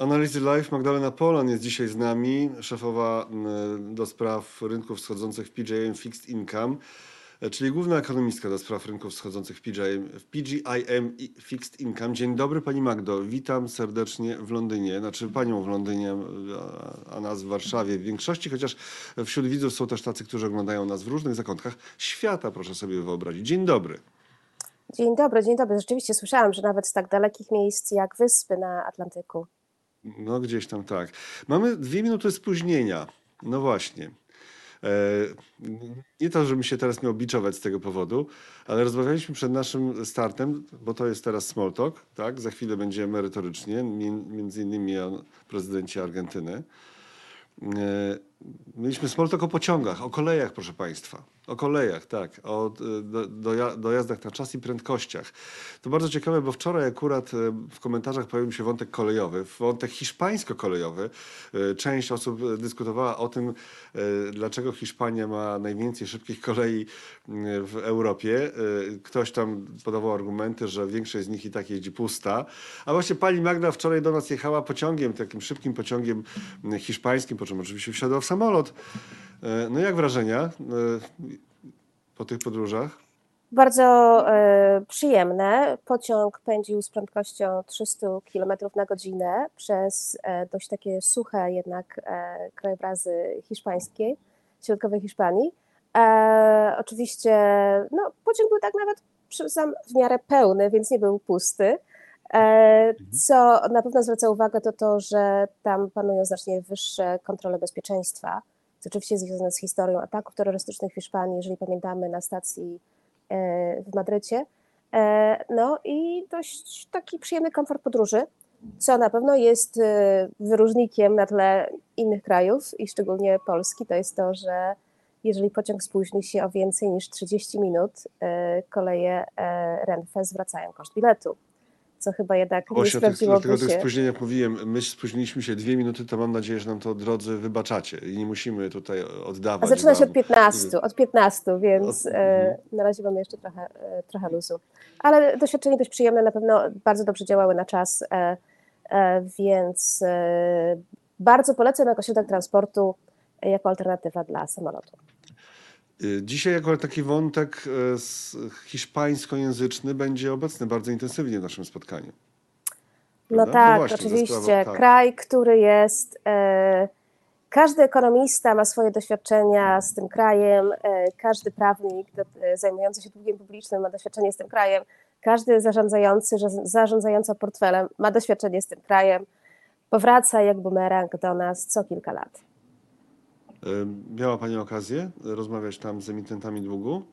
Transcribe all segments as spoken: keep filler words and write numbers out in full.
Analizy Live Magdalena Polan jest dzisiaj z nami, szefowa mm, do spraw rynków wschodzących w P G I M Fixed Income, e, czyli główna ekonomistka do spraw rynków wschodzących w P G I M, w P G I M i Fixed Income. Dzień dobry Pani Magdo, witam serdecznie w Londynie, znaczy Panią w Londynie, a, a nas w Warszawie w większości, chociaż wśród widzów są też tacy, którzy oglądają nas w różnych zakątkach świata, proszę sobie wyobrazić. Dzień dobry. Dzień dobry, dzień dobry. Rzeczywiście słyszałam, że nawet z tak dalekich miejsc jak wyspy na Atlantyku. No gdzieś tam tak. Mamy dwie minuty spóźnienia. No właśnie. E, nie to, żebym się teraz miał biczować z tego powodu, ale rozmawialiśmy przed naszym startem, bo to jest teraz small talk, tak? Za chwilę będzie merytorycznie, między innymi o prezydencie Argentyny. E, Mieliśmy small talk o pociągach, o kolejach, proszę Państwa. O kolejach, tak. O do, do, dojazdach na czas i prędkościach. To bardzo ciekawe, bo wczoraj akurat w komentarzach pojawił się wątek kolejowy, wątek hiszpańsko-kolejowy. Część osób dyskutowała o tym, dlaczego Hiszpania ma najwięcej szybkich kolei w Europie. Ktoś tam podawał argumenty, że większość z nich i tak jeździ pusta. A właśnie pani Magda wczoraj do nas jechała pociągiem, takim szybkim pociągiem hiszpańskim, po czym oczywiście wsiadła w samolot. No jak wrażenia po tych podróżach? Bardzo e, przyjemne. Pociąg pędził z prędkością trzysta kilometrów na godzinę przez e, dość takie suche jednak e, krajobrazy hiszpańskiej, środkowej Hiszpanii. E, oczywiście no, pociąg był tak nawet sam w miarę pełny, więc nie był pusty. E, co na pewno zwraca uwagę, to to, że tam panują znacznie wyższe kontrole bezpieczeństwa, co oczywiście jest związane z historią ataków terrorystycznych w Hiszpanii, jeżeli pamiętamy, na stacji w Madrycie. No i dość taki przyjemny komfort podróży, co na pewno jest wyróżnikiem na tle innych krajów i szczególnie Polski, to jest to, że jeżeli pociąg spóźni się o więcej niż trzydzieści minut, koleje Renfe zwracają koszt biletu, co chyba jednak nie sprawdziłoby się. Dlatego tych spóźnieniach mówiłem, my spóźniliśmy się dwie minuty, to mam nadzieję, że nam to, drodzy, wybaczacie i nie musimy tutaj oddawać. A zaczyna się wam. od piętnastu, od piętnastu, więc Od- e, na razie mamy jeszcze trochę, e, trochę luzu. Ale doświadczenie dość przyjemne, na pewno bardzo dobrze działały na czas, e, e, więc e, bardzo polecam jako środek transportu, e, jako alternatywa dla samolotu. Dzisiaj akurat taki wątek e, s- hiszpańskojęzyczny będzie obecny bardzo intensywnie w naszym spotkaniu. No Prawda? tak, właśnie, za oczywiście. sprawą- tak. Kraj, który jest. E, każdy ekonomista ma swoje doświadczenia z tym krajem, e, każdy prawnik do, e, zajmujący się długiem publicznym ma doświadczenie z tym krajem, każdy zarządzający, że- zarządzająca portfelem ma doświadczenie z tym krajem. Powraca jak bumerang do nas co kilka lat. E, Miała Pani okazję rozmawiać tam z emitentami długu?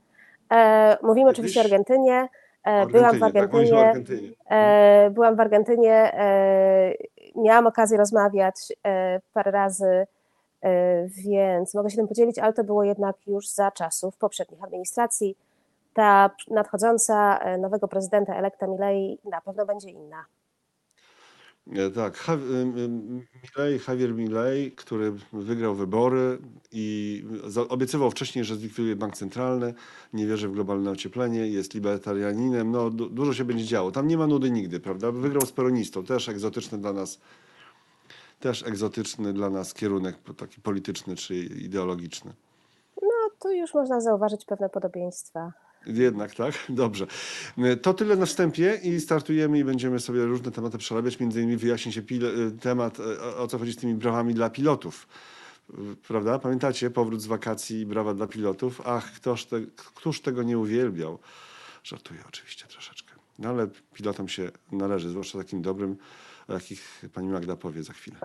E, mówimy Kiedyś? oczywiście o Argentynie. E, O byłam w tak, mówiliśmy o Argentynie. Argentynie. E, byłam w Argentynie, e, miałam okazję rozmawiać e, parę razy, e, więc mogę się tym podzielić, ale to było jednak już za czasów poprzednich administracji. Ta nadchodząca e, nowego prezydenta elekta Milei na pewno będzie inna. E, Tak, Ha- ym, ym, Milei, Javier Milei, który wygrał wybory i za- obiecywał wcześniej, że zlikwiduje bank centralny, nie wierzy w globalne ocieplenie, jest libertarianinem, no du- dużo się będzie działo. Tam nie ma nudy nigdy, prawda? Wygrał z peronistą, też egzotyczny dla nas, też egzotyczny dla nas kierunek po- taki polityczny czy ideologiczny. No tu już można zauważyć pewne podobieństwa. Jednak, tak? Dobrze. To tyle na wstępie i startujemy i będziemy sobie różne tematy przerabiać. Między innymi wyjaśni się pil- temat, o- o co chodzi z tymi brawami dla pilotów. Prawda? Pamiętacie? Powrót z wakacji i brawa dla pilotów. Ach, ktoż, te, któż tego nie uwielbiał? Żartuję oczywiście troszeczkę. No ale pilotom się należy, zwłaszcza takim dobrym, o jakich pani Magda powie za chwilę.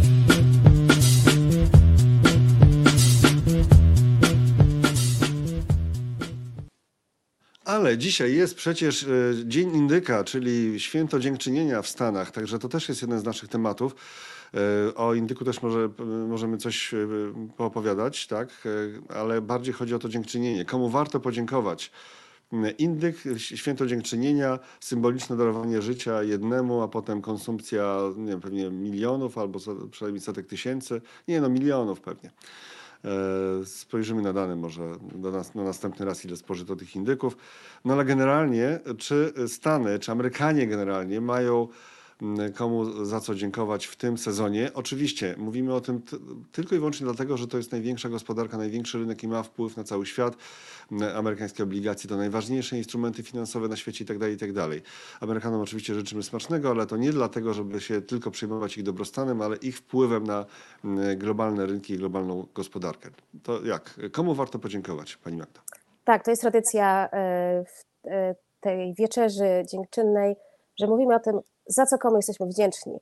Ale dzisiaj jest przecież e, Dzień Indyka, czyli święto dziękczynienia w Stanach, także to też jest jeden z naszych tematów. E, O indyku też może, e, możemy coś e, poopowiadać, tak? E, Ale bardziej chodzi o to dziękczynienie. Komu warto podziękować? E, Indyk, święto dziękczynienia, symboliczne darowanie życia jednemu, a potem konsumpcja, nie wiem, pewnie milionów albo so- przynajmniej setek tysięcy. Nie no, milionów pewnie. E, Spojrzymy na dane może do nas, na następny raz, ile spożyto tych indyków. No ale generalnie, czy Stany, czy Amerykanie generalnie mają komu za co dziękować w tym sezonie. Oczywiście mówimy o tym t- tylko i wyłącznie dlatego, że to jest największa gospodarka, największy rynek i ma wpływ na cały świat. Amerykańskie obligacje to najważniejsze instrumenty finansowe na świecie itd., itd. Amerykanom oczywiście życzymy smacznego, ale to nie dlatego, żeby się tylko przejmować ich dobrostanem, ale ich wpływem na globalne rynki i globalną gospodarkę. To jak? Komu warto podziękować, pani Magda? Tak, to jest tradycja e, w e, tej wieczerzy dziękczynnej, że mówimy o tym, za co komu jesteśmy wdzięczni.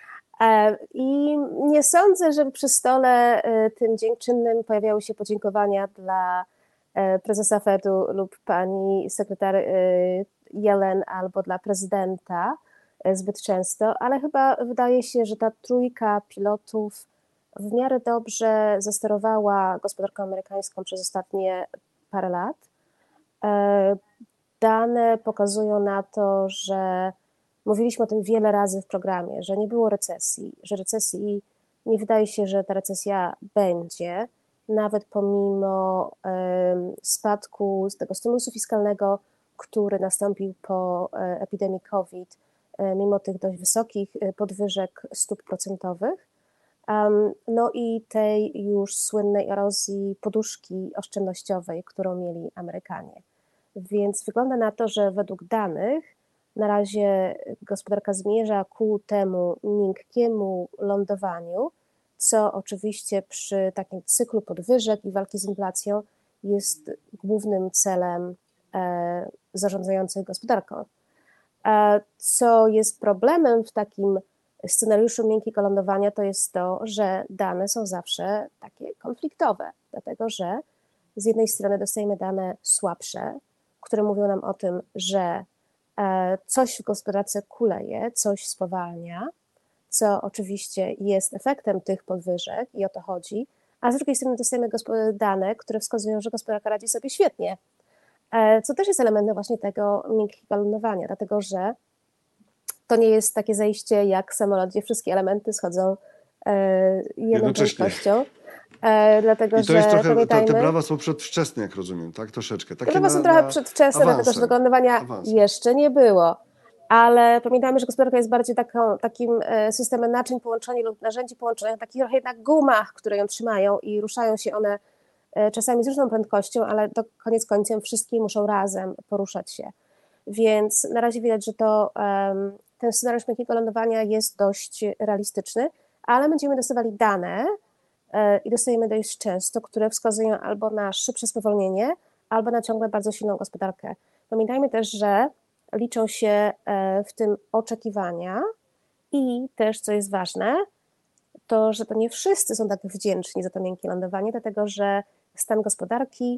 E, I nie sądzę, żeby przy stole e, tym dziękczynnym pojawiały się podziękowania dla e, prezesa Fedu lub pani sekretarz e, Yellen albo dla prezydenta e, zbyt często, ale chyba wydaje się, że ta trójka pilotów w miarę dobrze zasterowała gospodarką amerykańską przez ostatnie parę lat. E, Dane pokazują na to, że mówiliśmy o tym wiele razy w programie, że nie było recesji, że recesji nie wydaje się, że ta recesja będzie, nawet pomimo em, spadku z tego stymulusu fiskalnego, który nastąpił po e, epidemii COVID, e, mimo tych dość wysokich e, podwyżek stóp procentowych. Um, no i tej już słynnej erozji poduszki oszczędnościowej, którą mieli Amerykanie. Więc wygląda na to, że według danych na razie gospodarka zmierza ku temu miękkiemu lądowaniu, co oczywiście przy takim cyklu podwyżek i walki z inflacją jest głównym celem e, zarządzających gospodarką. E, co jest problemem w takim scenariuszu miękkiego lądowania, to jest to, że dane są zawsze takie konfliktowe, dlatego że z jednej strony dostajemy dane słabsze, które mówią nam o tym, że coś w gospodarce kuleje, coś spowalnia, co oczywiście jest efektem tych podwyżek i o to chodzi, a z drugiej strony dostajemy dane, które wskazują, że gospodarka radzi sobie świetnie, co też jest elementem właśnie tego miękkiego lądowania, dlatego że to nie jest takie zejście jak samolot, gdzie wszystkie elementy schodzą jedną prędkością. E, dlatego, I to jest że trochę, pamiętajmy, te prawa są przedwczesne, jak rozumiem, tak? Troszeczkę. te Takie prawa na, są trochę na przedwczesne, dlatego że awansem. tego lądowania Awansem. jeszcze nie było. Ale pamiętajmy, że gospodarka jest bardziej taką, takim systemem naczyń połączenia lub narzędzi połączenia, takich trochę jednak gumach, które ją trzymają i ruszają się one czasami z różną prędkością, ale to koniec końcem wszystkie muszą razem poruszać się. Więc na razie widać, że to ten scenariusz miękkiego lądowania jest dość realistyczny, ale będziemy dostawali dane i dostajemy dość często, które wskazują albo na szybsze spowolnienie, albo na ciągle bardzo silną gospodarkę. Pamiętajmy też, że liczą się w tym oczekiwania i też, co jest ważne, to, że to nie wszyscy są tak wdzięczni za to miękkie lądowanie, dlatego że stan gospodarki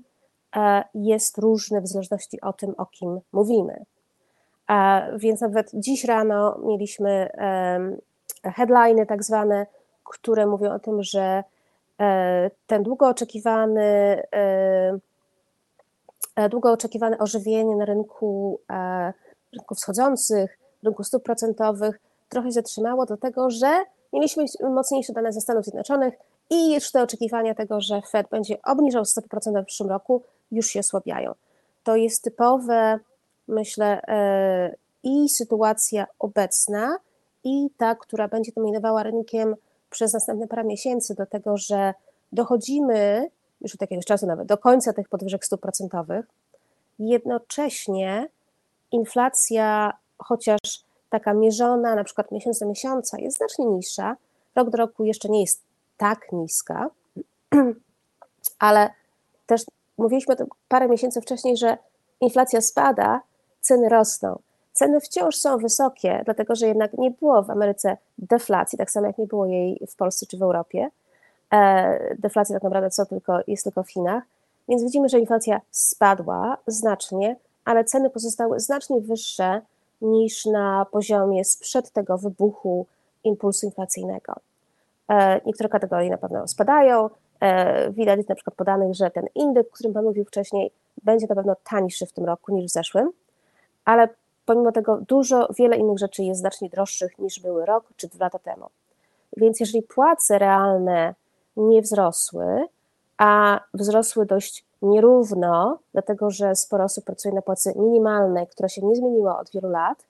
jest różny w zależności od tym, o kim mówimy. Więc nawet dziś rano mieliśmy headliny tak zwane, które mówią o tym, że ten długo oczekiwany, długo oczekiwane ożywienie na rynku, rynku wschodzących, rynku stóp procentowych trochę się zatrzymało, dlatego że mieliśmy mocniejsze dane ze Stanów Zjednoczonych i już te oczekiwania tego, że Fed będzie obniżał stopy procentowe w przyszłym roku, już się osłabiają. To jest typowe, myślę, i sytuacja obecna, i ta, która będzie dominowała rynkiem przez następne parę miesięcy, do tego, że dochodzimy już od jakiegoś czasu nawet do końca tych podwyżek stóp procentowych. Jednocześnie inflacja, chociaż taka mierzona na przykład miesiąc do miesiąca, jest znacznie niższa, rok do roku jeszcze nie jest tak niska, ale też mówiliśmy o tym parę miesięcy wcześniej, że inflacja spada, ceny rosną. Ceny wciąż są wysokie, dlatego że jednak nie było w Ameryce deflacji, tak samo jak nie było jej w Polsce czy w Europie. Deflacja tak naprawdę co tylko, jest tylko w Chinach, więc widzimy, że inflacja spadła znacznie, ale ceny pozostały znacznie wyższe niż na poziomie sprzed tego wybuchu impulsu inflacyjnego. Niektóre kategorie na pewno spadają, widać na przykład po danych, że ten indeks, o którym Pan mówił wcześniej, będzie na pewno tańszy w tym roku niż w zeszłym, ale pomimo tego dużo, wiele innych rzeczy jest znacznie droższych niż były rok czy dwa lata temu. Więc jeżeli płace realne nie wzrosły, a wzrosły dość nierówno, dlatego że sporo osób pracuje na płacy minimalnej, która się nie zmieniła od wielu lat,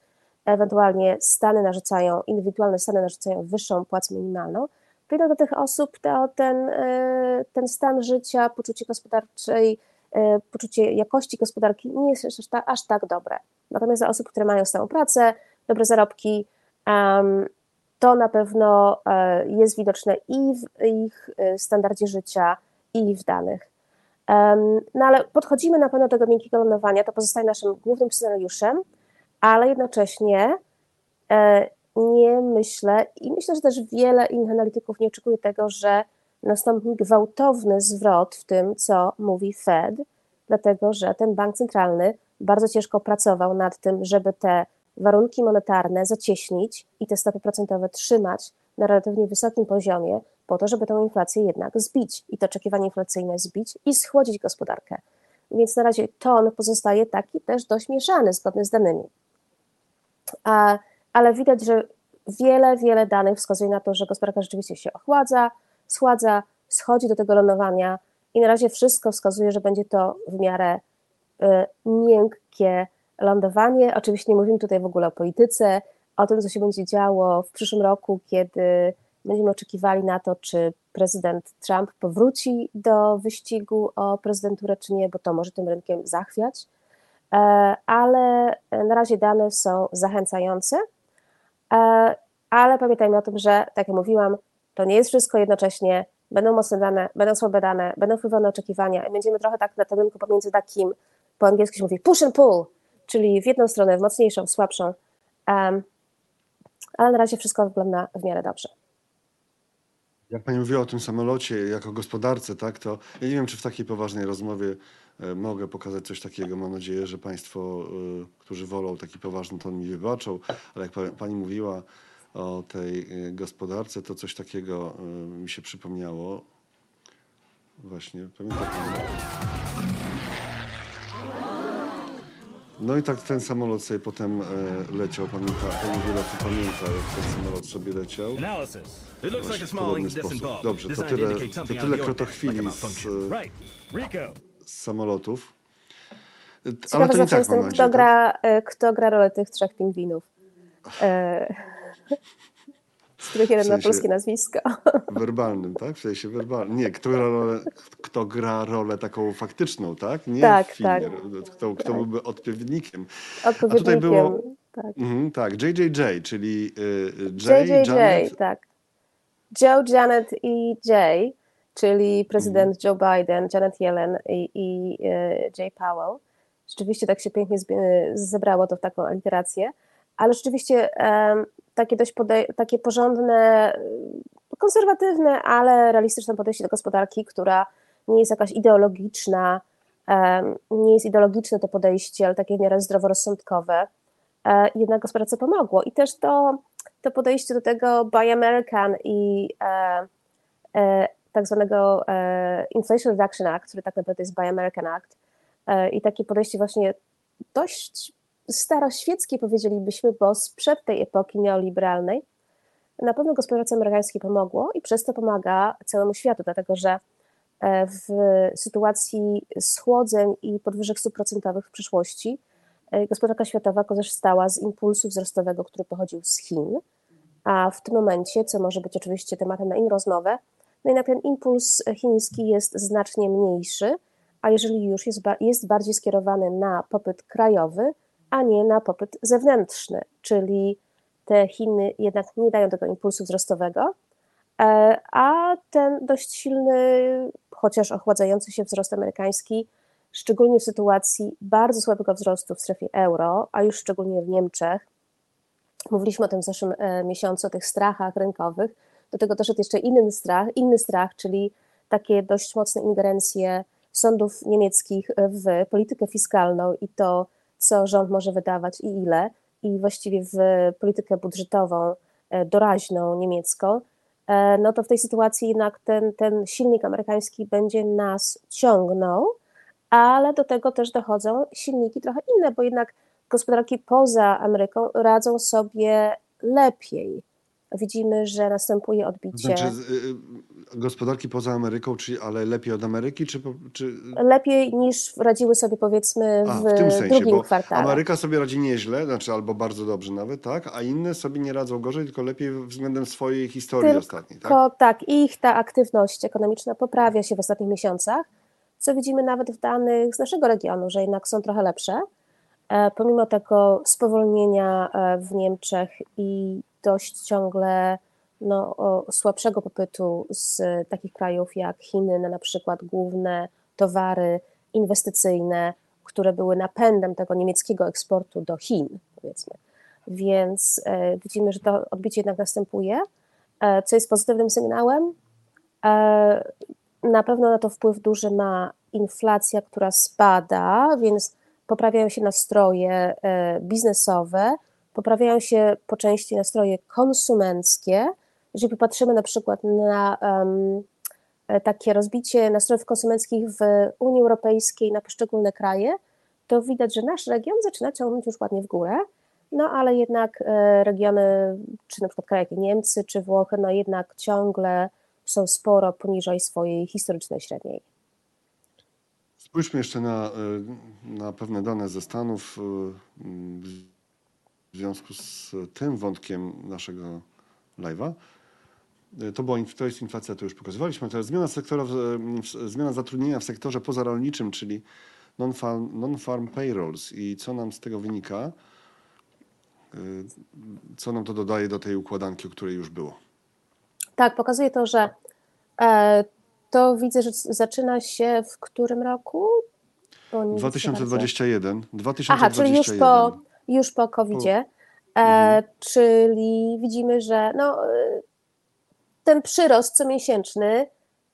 ewentualnie stany narzucają, indywidualne stany narzucają wyższą płacę minimalną, to jednak do tych osób to ten, ten stan życia, poczucie gospodarczej, poczucie jakości gospodarki nie jest aż, ta, aż tak dobre. Natomiast dla osób, które mają stałą pracę, dobre zarobki, to na pewno jest widoczne i w ich standardzie życia, i w danych. No ale podchodzimy na pewno do tego miękkiego lądowania, to pozostaje naszym głównym scenariuszem, ale jednocześnie nie myślę i myślę, że też wiele innych analityków nie oczekuje tego, że nastąpi gwałtowny zwrot w tym, co mówi Fed, dlatego że ten bank centralny bardzo ciężko pracował nad tym, żeby te warunki monetarne zacieśnić i te stopy procentowe trzymać na relatywnie wysokim poziomie, po to, żeby tę inflację jednak zbić i to oczekiwanie inflacyjne zbić i schłodzić gospodarkę. Więc na razie ton pozostaje taki też dość mieszany, zgodny z danymi. A, ale widać, że wiele, wiele danych wskazuje na to, że gospodarka rzeczywiście się ochładza, schładza, schodzi do tego lądowania i na razie wszystko wskazuje, że będzie to w miarę y, miękkie lądowanie. Oczywiście nie mówimy tutaj w ogóle o polityce, o tym, co się będzie działo w przyszłym roku, kiedy będziemy oczekiwali na to, czy prezydent Trump powróci do wyścigu o prezydenturę, czy nie, bo to może tym rynkiem zachwiać. Ale na razie dane są zachęcające, ale pamiętajmy o tym, że tak jak mówiłam, to nie jest wszystko jednocześnie, będą mocne dane, będą słabe dane, będą wpływały na oczekiwania i będziemy trochę tak na tym rynku pomiędzy takim, po angielsku się mówi push and pull, czyli w jedną stronę, w mocniejszą, w słabszą, ale na razie wszystko wygląda w miarę dobrze. Jak pani mówiła o tym samolocie jako gospodarce, tak, to ja nie wiem, czy w takiej poważnej rozmowie e, mogę pokazać coś takiego. Mam nadzieję, że państwo, e, którzy wolą taki poważny ton, mi wybaczą, ale jak pa, pani mówiła o tej e, gospodarce, to coś takiego e, mi się przypomniało. Właśnie, pamiętam. No i tak ten samolot sobie potem e, leciał, pamięta, pani wiele osób pamięta, jak ten samolot sobie leciał. Właśnie w podobny sposób. Dobrze, to tyle, to tyle krotochwili z, z samolotów. Ale Ciekawe to nie zawsze tak, jestem, mam kto nadzieję, tak? gra, kto gra rolę tych trzech pingwinów, e, z których jeden W ma sensie polskie nazwisko. werbalnym, tak? W sensie werbalnym. Nie, kto gra rolę, kto gra rolę taką faktyczną, tak? Nie w Tak, filmie. tak, Kto, kto tak. byłby odpowiednikiem. A tutaj Odpowiednikiem, było, tak. mhm, tak, J J J, czyli y, J Jay, J J, Janet. tak. Joe, Janet i Jay, czyli prezydent Joe Biden, Janet Yellen i, i y, Jay Powell. Rzeczywiście tak się pięknie zbie- zebrało to w taką aliterację, ale rzeczywiście em, takie dość podej- takie porządne, y, konserwatywne, ale realistyczne podejście do gospodarki, która nie jest jakaś ideologiczna, em, nie jest ideologiczne to podejście, ale takie w miarę zdroworozsądkowe, e, jednak gospodarce pomogło. I też to, to podejście do tego Buy American i e, e, tak zwanego e, Inflation Reduction Act, który tak naprawdę jest Buy American Act, e, i takie podejście właśnie dość staroświeckie, powiedzielibyśmy, bo sprzed tej epoki neoliberalnej, na pewno gospodarce amerykańskiej pomogło i przez to pomaga całemu światu, dlatego że w sytuacji schłodzeń i podwyżek stóp procentowych w przyszłości gospodarka światowa korzystała z impulsu wzrostowego, który pochodził z Chin, a w tym momencie, co może być oczywiście tematem na inną rozmowę, no jednak ten impuls chiński jest znacznie mniejszy, a jeżeli już jest, jest bardziej skierowany na popyt krajowy, a nie na popyt zewnętrzny, czyli te Chiny jednak nie dają tego impulsu wzrostowego, a ten dość silny, chociaż ochładzający się wzrost amerykański, szczególnie w sytuacji bardzo słabego wzrostu w strefie euro, a już szczególnie w Niemczech, mówiliśmy o tym w zeszłym miesiącu, o tych strachach rynkowych, do tego doszedł jeszcze inny strach, inny strach, czyli takie dość mocne ingerencje sądów niemieckich w politykę fiskalną i to, co rząd może wydawać i ile, i właściwie w politykę budżetową doraźną niemiecką, no to w tej sytuacji jednak ten, ten silnik amerykański będzie nas ciągnął, ale do tego też dochodzą silniki trochę inne, bo jednak gospodarki poza Ameryką radzą sobie lepiej. widzimy, że następuje To odbicie. znaczy z- y, y, gospodarki poza Ameryką, czy, ale lepiej od Ameryki, czy, po- czy... Lepiej niż radziły sobie powiedzmy A, w w tym sensie, drugim bo kwartale. Ameryka sobie radzi nieźle, znaczy albo bardzo dobrze nawet, tak, a inne sobie nie radzą gorzej, tylko lepiej względem swojej historii ostatniej, tak? Tylko tak, ich ta aktywność ekonomiczna poprawia się w ostatnich miesiącach, co widzimy nawet w danych z naszego regionu, że jednak są trochę lepsze. E, Pomimo tego spowolnienia e, w Niemczech i dość ciągle no, o, słabszego popytu z takich krajów jak Chiny na na przykład główne towary inwestycyjne, które były napędem tego niemieckiego eksportu do Chin, powiedzmy. Więc e, widzimy, że to odbicie jednak następuje, e, co jest pozytywnym sygnałem. E, Na pewno na to wpływ duży ma inflacja, która spada, więc poprawiają się nastroje e, biznesowe, poprawiają się po części nastroje konsumenckie. Jeżeli popatrzymy na przykład na um, takie rozbicie nastrojów konsumenckich w Unii Europejskiej na poszczególne kraje, to widać, że nasz region zaczyna ciągnąć już ładnie w górę, no ale jednak e, regiony, czy na przykład kraje jak Niemcy, czy Włochy, no jednak ciągle są sporo poniżej swojej historycznej średniej. Spójrzmy jeszcze na, y, na pewne dane ze Stanów. y, W związku z tym wątkiem naszego live'a. Y, To, była, inf- to jest inflacja, to już pokazywaliśmy. Teraz zmiana sektora, w, w, zmiana zatrudnienia w sektorze pozarolniczym, czyli non-farm, non-farm payrolls. I co nam z tego wynika? Y, Co nam to dodaje do tej układanki, o której już było? Tak, pokazuje to, że e, to widzę, że zaczyna się w którym roku? Bo nie widzę za bardzo. dwa tysiące dwudziesty pierwszy. Aha, czyli już po, już po kowidzie, e, Mhm. czyli widzimy, że no, e, ten przyrost comiesięczny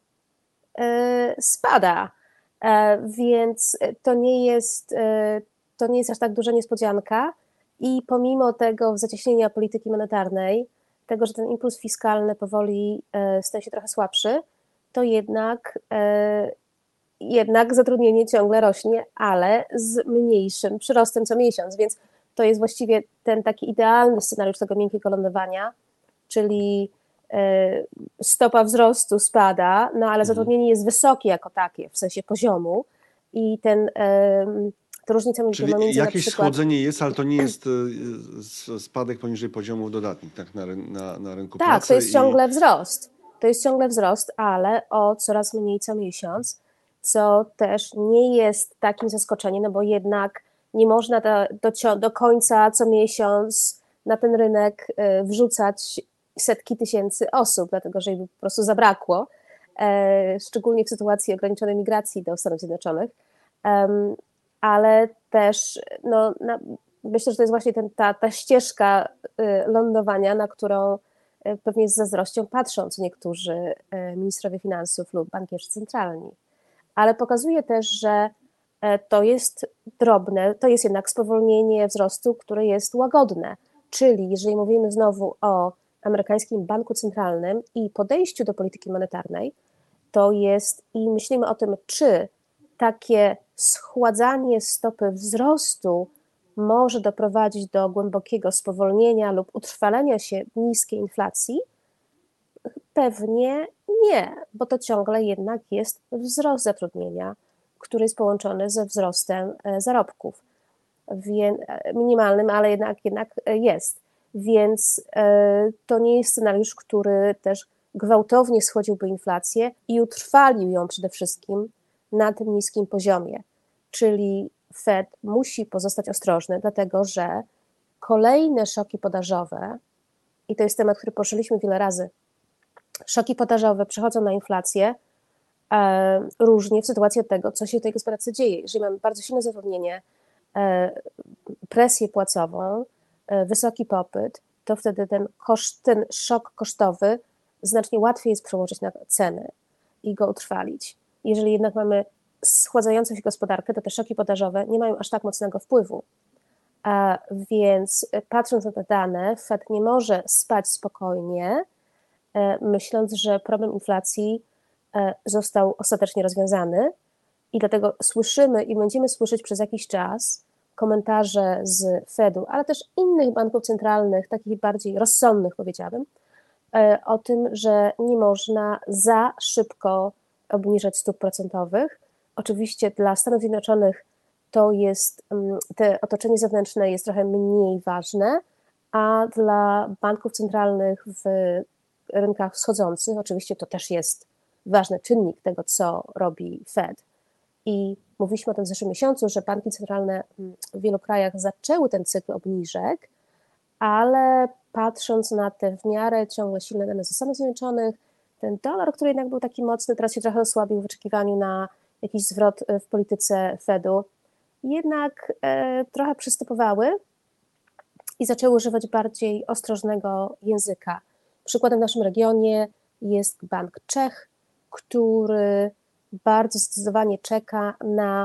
e, spada, e, więc to nie jest, e, to nie jest aż tak duża niespodzianka i pomimo tego zacieśnienia polityki monetarnej, tego, że ten impuls fiskalny powoli e, staje się trochę słabszy, to jednak e, jednak zatrudnienie ciągle rośnie, ale z mniejszym przyrostem co miesiąc, więc to jest właściwie ten taki idealny scenariusz tego miękkiego lądowania, czyli e, stopa wzrostu spada, no ale zatrudnienie jest wysokie jako takie, w sensie poziomu i ten, e, ta różnica między Czyli pomiędzy jakieś na przykład... schłodzenie jest, ale to nie jest y, s- spadek poniżej poziomów dodatnich, tak, na, ryn- na, na rynku Tak, pracy. to jest i- ciągle wzrost. To jest ciągle wzrost, ale o coraz mniej co miesiąc, co też nie jest takim zaskoczeniem, no bo jednak nie można do, do, do końca co miesiąc na ten rynek y, wrzucać setki tysięcy osób, dlatego że im po prostu zabrakło, e, szczególnie w sytuacji ograniczonej migracji do Stanów Zjednoczonych. Em, ale też no, na, myślę, że to jest właśnie ten, ta, ta ścieżka y, lądowania, na którą y, pewnie z zazdrością patrzą co niektórzy y, ministrowie finansów lub bankierzy centralni. Ale pokazuje też, że e, to jest drobne, to jest jednak spowolnienie wzrostu, które jest łagodne. Czyli jeżeli mówimy znowu o amerykańskim banku centralnym i podejściu do polityki monetarnej, to jest i myślimy o tym, czy takie schładzanie stopy wzrostu może doprowadzić do głębokiego spowolnienia lub utrwalenia się niskiej inflacji? Pewnie nie, bo to ciągle jednak jest wzrost zatrudnienia, który jest połączony ze wzrostem e, zarobków. Wie, minimalnym, ale jednak, jednak jest. Więc e, to nie jest scenariusz, który też gwałtownie schodziłby inflację i utrwalił ją przede wszystkim na tym niskim poziomie. Czyli Fed musi pozostać ostrożny, dlatego że kolejne szoki podażowe, i to jest temat, który poruszyliśmy wiele razy, szoki podażowe przechodzą na inflację e, różnie w sytuacji od tego, co się w tej gospodarce dzieje. Jeżeli mamy bardzo silne zatrudnienie, e, presję płacową, e, wysoki popyt, to wtedy ten, koszt, ten szok kosztowy znacznie łatwiej jest przełożyć na ceny i go utrwalić. Jeżeli jednak mamy schładzającą się gospodarkę, to te szoki podażowe nie mają aż tak mocnego wpływu. A więc patrząc na te dane, Fed nie może spać spokojnie, myśląc, że problem inflacji został ostatecznie rozwiązany i dlatego słyszymy i będziemy słyszeć przez jakiś czas komentarze z Fedu, ale też innych banków centralnych, takich bardziej rozsądnych powiedziałabym, o tym, że nie można za szybko obniżać stóp procentowych. Oczywiście dla Stanów Zjednoczonych to jest, te otoczenie zewnętrzne jest trochę mniej ważne, a dla banków centralnych w rynkach wschodzących oczywiście to też jest ważny czynnik tego, co robi Fed. I mówiliśmy o tym w zeszłym miesiącu, że banki centralne w wielu krajach zaczęły ten cykl obniżek, ale patrząc na te w miarę ciągle silne dane ze Stanów Zjednoczonych, ten dolar, który jednak był taki mocny, teraz się trochę osłabił w oczekiwaniu na jakiś zwrot w polityce Fedu, jednak e, trochę przystępowały i zaczęły używać bardziej ostrożnego języka. Przykładem w naszym regionie jest Bank Czech, który bardzo zdecydowanie czeka na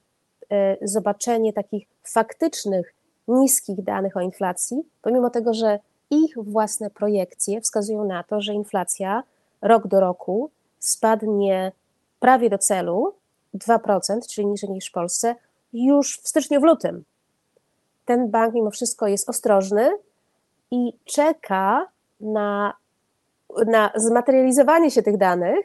e, zobaczenie takich faktycznych, niskich danych o inflacji, pomimo tego, że ich własne projekcje wskazują na to, że inflacja rok do roku spadnie prawie do celu dwa procent, czyli niżej niż w Polsce, już w styczniu, w lutym. Ten bank mimo wszystko jest ostrożny i czeka na, na zmaterializowanie się tych danych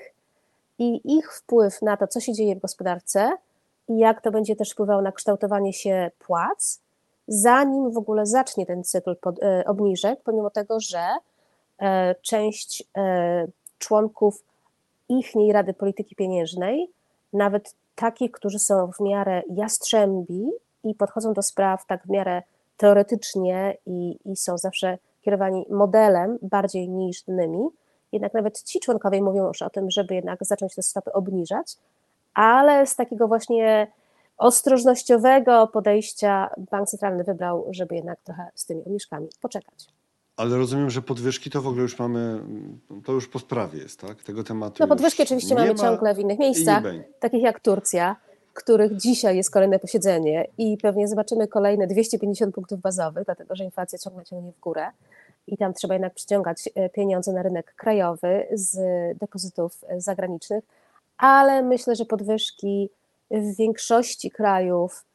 i ich wpływ na to, co się dzieje w gospodarce i jak to będzie też wpływało na kształtowanie się płac, zanim w ogóle zacznie ten cykl pod, e, obniżek, pomimo tego, że e, część e, członków ichniej Rady Polityki Pieniężnej, nawet takich, którzy są w miarę jastrzębi i podchodzą do spraw tak w miarę teoretycznie i, i są zawsze kierowani modelem bardziej niż danymi, jednak nawet ci członkowie mówią już o tym, żeby jednak zacząć te stopy obniżać, ale z takiego właśnie ostrożnościowego podejścia bank centralny wybrał, żeby jednak trochę z tymi obniżkami poczekać. Ale rozumiem, że podwyżki to w ogóle już mamy, to już po sprawie jest, tak? Tego tematu No podwyżki już oczywiście nie mamy ma ciągle w innych i nie miejscach, będzie. takich jak Turcja, których dzisiaj jest kolejne posiedzenie i pewnie zobaczymy kolejne dwieście pięćdziesiąt punktów bazowych, dlatego że inflacja ciągle ciągnie w górę i tam trzeba jednak przyciągać pieniądze na rynek krajowy z depozytów zagranicznych, ale myślę, że podwyżki w większości krajów,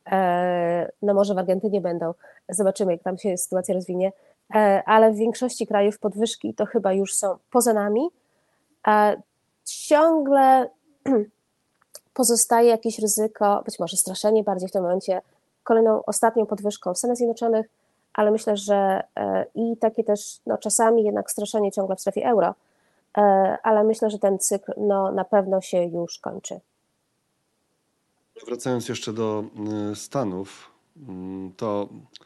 no może w Argentynie będą, zobaczymy jak tam się sytuacja rozwinie, ale w większości krajów podwyżki to chyba już są poza nami, a ciągle pozostaje jakieś ryzyko, być może straszenie bardziej w tym momencie, kolejną ostatnią podwyżką w Stanach Zjednoczonych, ale myślę, że i takie też no, czasami jednak straszenie ciągle w strefie euro, ale myślę, że ten cykl no, na pewno się już kończy. Wracając jeszcze do y, Stanów, y, to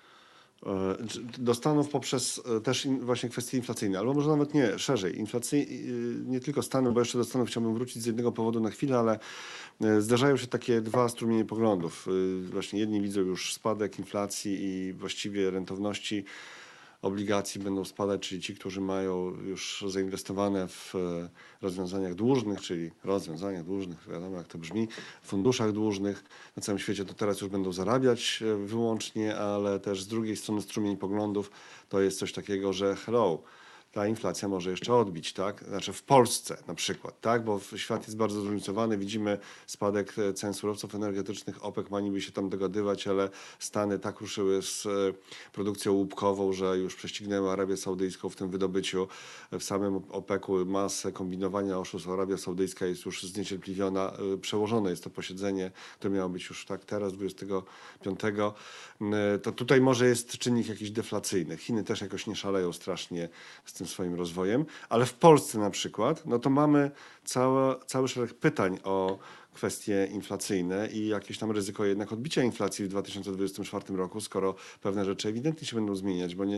y, do Stanów poprzez y, też in, właśnie kwestie inflacyjne, albo może nawet nie, szerzej, inflacyj, y, nie tylko Stany, bo jeszcze do Stanów chciałbym wrócić z jednego powodu na chwilę, ale y, zdarzają się takie dwa strumienie poglądów. Y, właśnie jedni widzą już spadek inflacji i właściwie rentowności obligacji będą spadać, czyli ci, którzy mają już zainwestowane w rozwiązaniach dłużnych, czyli rozwiązaniach dłużnych, wiadomo jak to brzmi, w funduszach dłużnych na całym świecie, to teraz już będą zarabiać wyłącznie, ale też z drugiej strony strumień poglądów to jest coś takiego, że hello, ta inflacja może jeszcze odbić, tak? Znaczy w Polsce na przykład, tak? Bo świat jest bardzo zróżnicowany, widzimy spadek cen surowców energetycznych, OPEC ma niby się tam dogadywać, ale Stany tak ruszyły z produkcją łupkową, że już prześcignęły Arabię Saudyjską w tym wydobyciu. W samym OPEC-u masę kombinowania oszustw. Arabia Saudyjska jest już zniecierpliwiona. Przełożone jest to posiedzenie, które miało być już tak teraz, dwudziestego piątego. To tutaj może jest czynnik jakiś deflacyjny. Chiny też jakoś nie szaleją strasznie z tym swoim rozwojem, ale w Polsce na przykład, no to mamy cały, cały szereg pytań o kwestie inflacyjne i jakieś tam ryzyko jednak odbicia inflacji w dwa tysiące dwudziestym czwartym roku, skoro pewne rzeczy ewidentnie się będą zmieniać, bo, nie,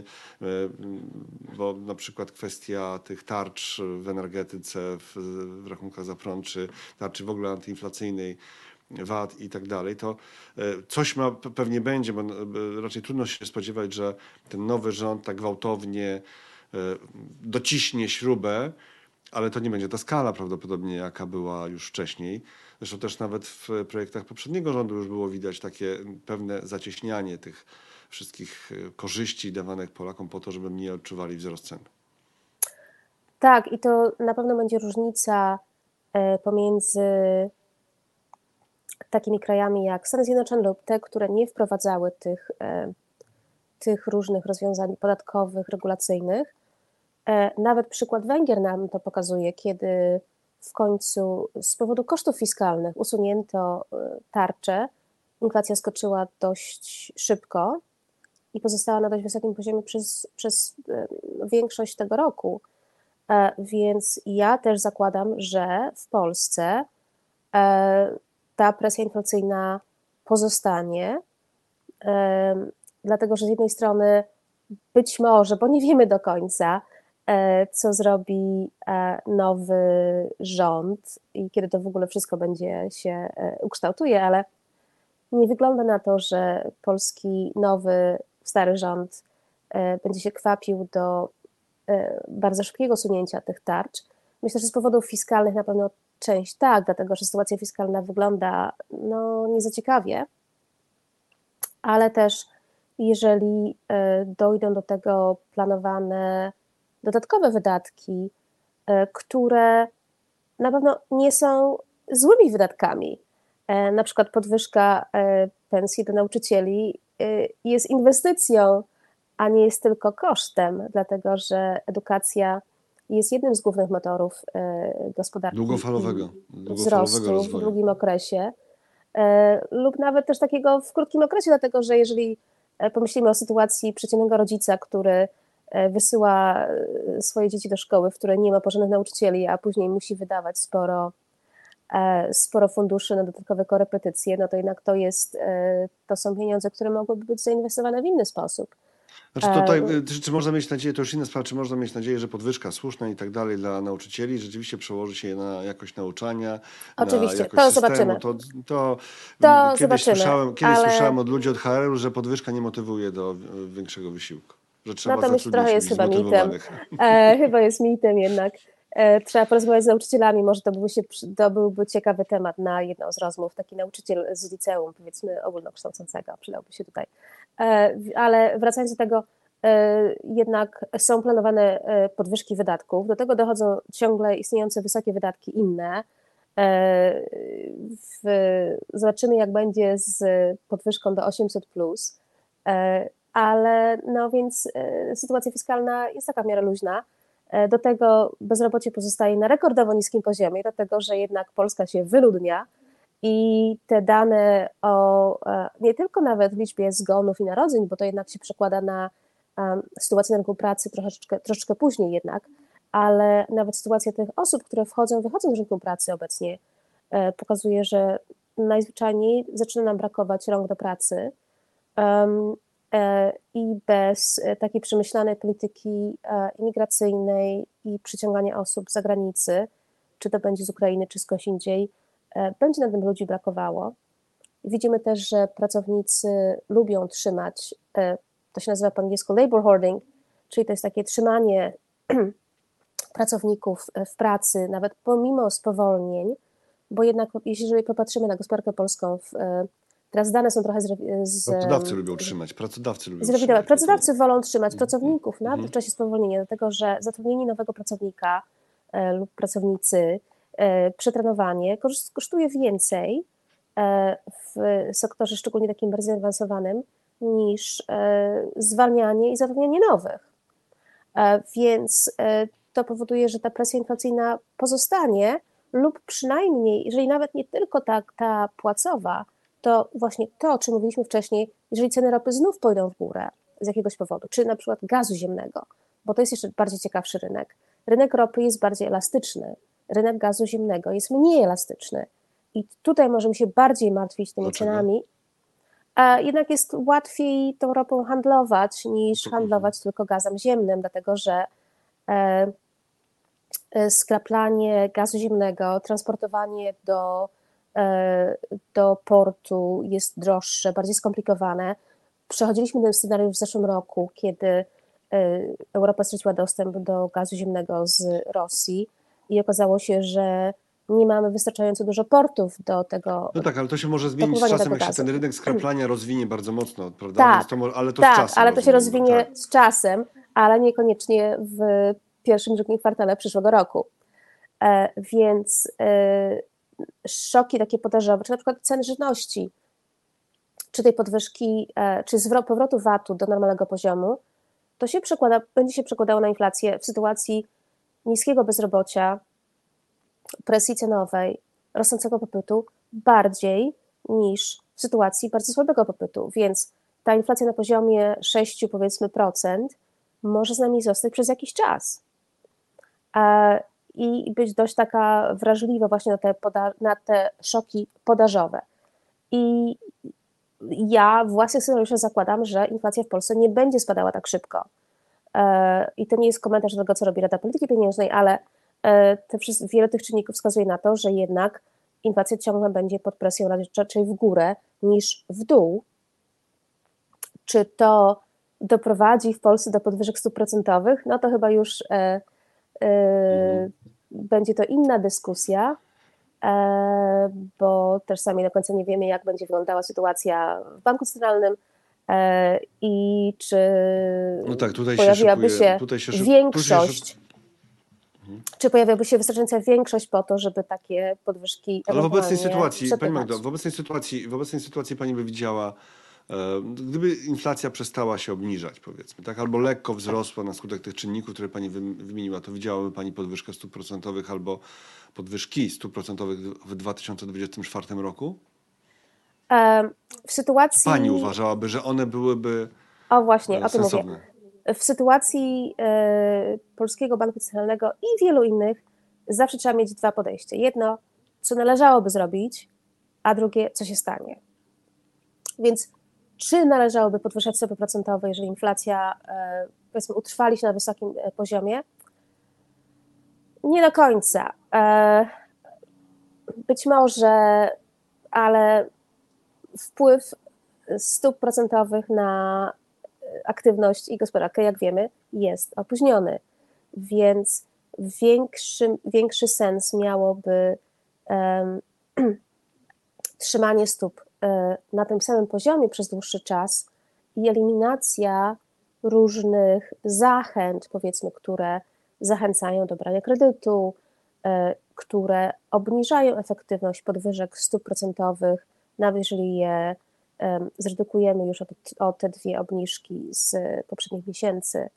bo na przykład kwestia tych tarcz w energetyce, w, w rachunkach za prąd, czy tarczy w ogóle antyinflacyjnej, V A T i tak dalej, to coś ma, pewnie będzie, bo raczej trudno się spodziewać, że ten nowy rząd tak gwałtownie dociśnie śrubę, ale to nie będzie ta skala prawdopodobnie, jaka była już wcześniej. Zresztą też nawet w projektach poprzedniego rządu już było widać takie pewne zacieśnianie tych wszystkich korzyści dawanych Polakom po to, żeby mniej odczuwali wzrost cen. Tak, i to na pewno będzie różnica pomiędzy takimi krajami jak Stany Zjednoczone lub te, które nie wprowadzały tych, tych różnych rozwiązań podatkowych, regulacyjnych, Nawet przykład Węgier nam to pokazuje, kiedy w końcu z powodu kosztów fiskalnych usunięto tarczę, inflacja skoczyła dość szybko i pozostała na dość wysokim poziomie przez, przez większość tego roku. Więc ja też zakładam, że w Polsce ta presja inflacyjna pozostanie, dlatego że z jednej strony być może, bo nie wiemy do końca, co zrobi nowy rząd i kiedy to w ogóle wszystko będzie się ukształtuje, ale nie wygląda na to, że polski nowy, stary rząd będzie się kwapił do bardzo szybkiego usunięcia tych tarcz. Myślę, że z powodów fiskalnych na pewno część tak, dlatego że sytuacja fiskalna wygląda no, nie za ciekawie, ale też jeżeli dojdą do tego planowane dodatkowe wydatki, które na pewno nie są złymi wydatkami. Na przykład podwyżka pensji do nauczycieli jest inwestycją, a nie jest tylko kosztem, dlatego że edukacja jest jednym z głównych motorów gospodarki długofalowego, długofalowego wzrostu rozwoju. w długim okresie lub nawet też takiego w krótkim okresie, dlatego że jeżeli pomyślimy o sytuacji przeciętnego rodzica, który wysyła swoje dzieci do szkoły, w której nie ma porządnych nauczycieli, a później musi wydawać sporo, sporo funduszy na dodatkowe korepetycje, no to jednak to jest, to są pieniądze, które mogłyby być zainwestowane w inny sposób. Znaczy tutaj, czy, czy można mieć nadzieję, to już inna sprawa, czy można mieć nadzieję, że podwyżka słuszna i tak dalej dla nauczycieli rzeczywiście przełoży się na jakość nauczania, Oczywiście, na jakość to systemu. zobaczymy. To, to, To kiedyś zobaczymy, słyszałem, kiedyś ale... słyszałem od ludzi od H R u, że podwyżka nie motywuje do większego wysiłku. Że trzeba No to myślę, trochę jest chyba mitem. E, chyba jest mitem jednak. E, trzeba porozmawiać z nauczycielami, może to byłby, się, to byłby ciekawy temat na jedną z rozmów. Taki nauczyciel z liceum, powiedzmy ogólnokształcącego, przydałby się tutaj. E, ale wracając do tego, e, jednak są planowane podwyżki wydatków, do tego dochodzą ciągle istniejące wysokie wydatki inne. E, w, zobaczymy, jak będzie z podwyżką do osiemset plus. E, ale no więc sytuacja fiskalna jest taka w miarę luźna. Do tego bezrobocie pozostaje na rekordowo niskim poziomie, dlatego że jednak Polska się wyludnia i te dane o nie tylko nawet liczbie zgonów i narodzeń, bo to jednak się przekłada na sytuację na rynku pracy troszeczkę, troszeczkę później jednak, ale nawet sytuacja tych osób, które wchodzą, wychodzą z rynku pracy obecnie pokazuje, że najzwyczajniej zaczyna nam brakować rąk do pracy. I bez takiej przemyślanej polityki imigracyjnej i przyciągania osób z zagranicy, czy to będzie z Ukrainy, czy skądś indziej, będzie nam tym ludzi brakowało. Widzimy też, że pracownicy lubią trzymać, to się nazywa po angielsku labor hoarding, czyli to jest takie trzymanie pracowników w pracy, nawet pomimo spowolnień, bo jednak jeżeli popatrzymy na gospodarkę polską w Teraz dane są trochę z... z pracodawcy lubią trzymać, pracodawcy lubią z trzymać. Pracodawcy wolą trzymać pracowników mm-hmm. nawet w czasie spowolnienia, dlatego że zatrudnienie nowego pracownika e, lub pracownicy, e, przetrenowanie kosztuje więcej e, w sektorze szczególnie takim bardziej zaawansowanym niż e, zwalnianie i zatrudnianie nowych. E, więc e, to powoduje, że ta presja inflacyjna pozostanie lub przynajmniej, jeżeli nawet nie tylko ta, ta płacowa, to właśnie to, o czym mówiliśmy wcześniej, jeżeli ceny ropy znów pójdą w górę z jakiegoś powodu, czy na przykład gazu ziemnego, bo to jest jeszcze bardziej ciekawszy rynek. Rynek ropy jest bardziej elastyczny, rynek gazu ziemnego jest mniej elastyczny i tutaj możemy się bardziej martwić tymi Dlaczego? cenami, a jednak jest łatwiej tą ropą handlować niż To- handlować tylko gazem ziemnym, dlatego że e, e, skraplanie gazu ziemnego, transportowanie do do portu jest droższe, bardziej skomplikowane. Przechodziliśmy ten scenariusz w zeszłym roku, kiedy Europa straciła dostęp do gazu ziemnego z Rosji i okazało się, że nie mamy wystarczająco dużo portów do tego. No tak, ale to się może zmienić z dopływania czasem, tego jak się ten gazu. rynek skraplania rozwinie bardzo mocno, prawda? Tak, Więc to, mo- ale to tak, z czasem. ale to się rozumiem, rozwinie tak. z czasem, ale niekoniecznie w pierwszym, drugim kwartale przyszłego roku. E, więc e, szoki takie podażowe, czy na przykład ceny żywności, czy tej podwyżki, czy zwrot, powrotu V A T-u do normalnego poziomu, to się przekłada, będzie się przekładało na inflację w sytuacji niskiego bezrobocia, presji cenowej, rosnącego popytu bardziej niż w sytuacji bardzo słabego popytu, więc ta inflacja na poziomie sześć powiedzmy procent może z nami zostać przez jakiś czas i być dość taka wrażliwa właśnie na te, poda- na te szoki podażowe. I ja w własnych scenariuszach zakładam, że inflacja w Polsce nie będzie spadała tak szybko. I to nie jest komentarz do tego, co robi Rada Polityki Pieniężnej, ale te, wiele tych czynników wskazuje na to, że jednak inflacja ciągle będzie pod presją raczej w górę niż w dół. Czy to doprowadzi w Polsce do podwyżek stóp procentowych? No to chyba już e, e, mhm. będzie to inna dyskusja, e, bo też sami do końca nie wiemy, jak będzie wyglądała sytuacja w Banku Centralnym e, i czy no tak, tutaj pojawiłaby się, się, szykuje, tutaj się szyk... większość, się mhm. czy pojawiłaby się wystarczająca większość po to, żeby takie podwyżki Ale w obecnej sytuacji, przepychać. Pani Magdo, w obecnej sytuacji, w obecnej sytuacji Pani by widziała, gdyby inflacja przestała się obniżać, powiedzmy, tak, albo lekko wzrosła na skutek tych czynników, które Pani wymieniła, to widziałaby Pani podwyżkę stóp procentowych albo podwyżki stóp procentowych w dwa tysiące dwudziestym czwartym roku? W sytuacji... Czy Pani uważałaby, że one byłyby O właśnie, o tym sensowne? mówię. W sytuacji y, Polskiego Banku Centralnego i wielu innych zawsze trzeba mieć dwa podejścia. Jedno, co należałoby zrobić, a drugie, co się stanie. Więc czy należałoby podwyższać stopy procentowe, jeżeli inflacja y, powiedzmy utrwali się na wysokim poziomie? Nie do końca. Y, być może, ale wpływ stóp procentowych na aktywność i gospodarkę, jak wiemy, jest opóźniony, więc większy, większy sens miałoby um, trzymanie stóp um, na tym samym poziomie przez dłuższy czas i eliminacja różnych zachęt, powiedzmy, które zachęcają do brania kredytu, um, które obniżają efektywność podwyżek stóp procentowych, nawet jeżeli je zredukujemy już o te, o te dwie obniżki z poprzednich miesięcy.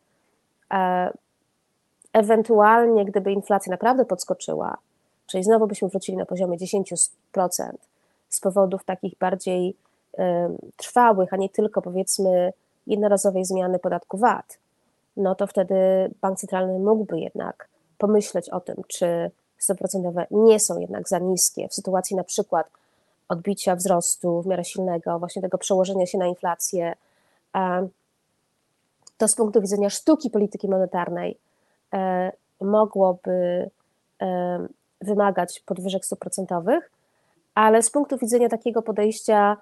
Ewentualnie, gdyby inflacja naprawdę podskoczyła, czyli znowu byśmy wrócili na poziomie dziesięć procent z powodów takich bardziej um, trwałych, a nie tylko powiedzmy jednorazowej zmiany podatku V A T, no to wtedy bank centralny mógłby jednak pomyśleć o tym, czy stopy procentowe nie są jednak za niskie w sytuacji na przykład odbicia wzrostu w miarę silnego, właśnie tego przełożenia się na inflację, to z punktu widzenia sztuki polityki monetarnej mogłoby wymagać podwyżek stóp procentowych, ale z punktu widzenia takiego podejścia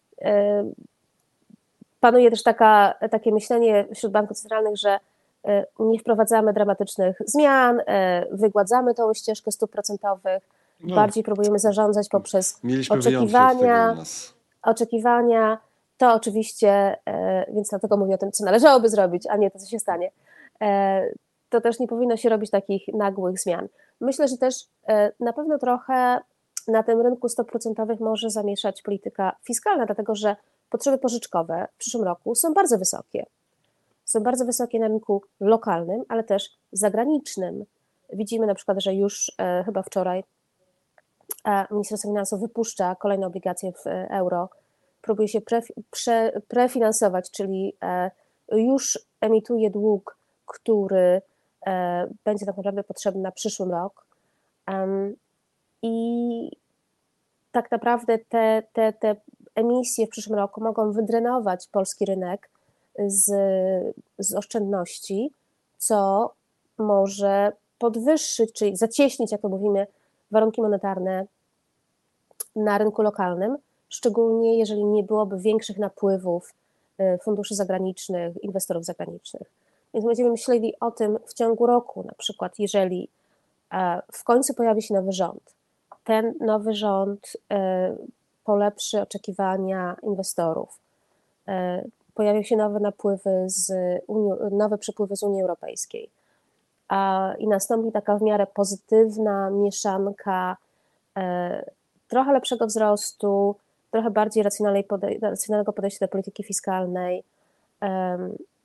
panuje też taka, takie myślenie wśród banków centralnych, że nie wprowadzamy dramatycznych zmian, wygładzamy tą ścieżkę stóp procentowych, no, bardziej próbujemy zarządzać poprzez oczekiwania, oczekiwania, to oczywiście, więc dlatego mówię o tym, co należałoby zrobić, a nie to, co się stanie. To też nie powinno się robić takich nagłych zmian. Myślę, że też na pewno trochę na tym rynku stóp procentowych może zamieszać polityka fiskalna, dlatego że potrzeby pożyczkowe w przyszłym roku są bardzo wysokie. Są bardzo wysokie na rynku lokalnym, ale też zagranicznym. Widzimy na przykład, że już e, chyba wczoraj e, Ministerstwo Finansów wypuszcza kolejne obligacje w e, euro, próbuje się pre, prze, prefinansować, czyli e, już emituje dług, który e, będzie tak naprawdę potrzebny na przyszły rok. Um, I tak naprawdę te, te, te emisje w przyszłym roku mogą wydrenować polski rynek z, z oszczędności, co może podwyższyć, czyli zacieśnić, jak to mówimy, warunki monetarne na rynku lokalnym, szczególnie jeżeli nie byłoby większych napływów funduszy zagranicznych, inwestorów zagranicznych. Więc będziemy myśleli o tym w ciągu roku, na przykład jeżeli w końcu pojawi się nowy rząd, ten nowy rząd polepszy oczekiwania inwestorów, pojawią się nowe napływy z Unii, nowe przepływy z Unii Europejskiej i nastąpi taka w miarę pozytywna mieszanka trochę lepszego wzrostu, trochę bardziej racjonalnej podej- racjonalnego podejścia do polityki fiskalnej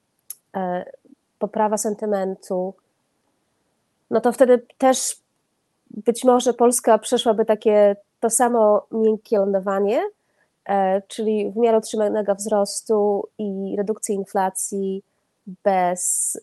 poprawa sentymentu, no to wtedy też być może Polska przeszłaby takie to samo miękkie lądowanie, czyli w miarę utrzymanego wzrostu i redukcji inflacji bez,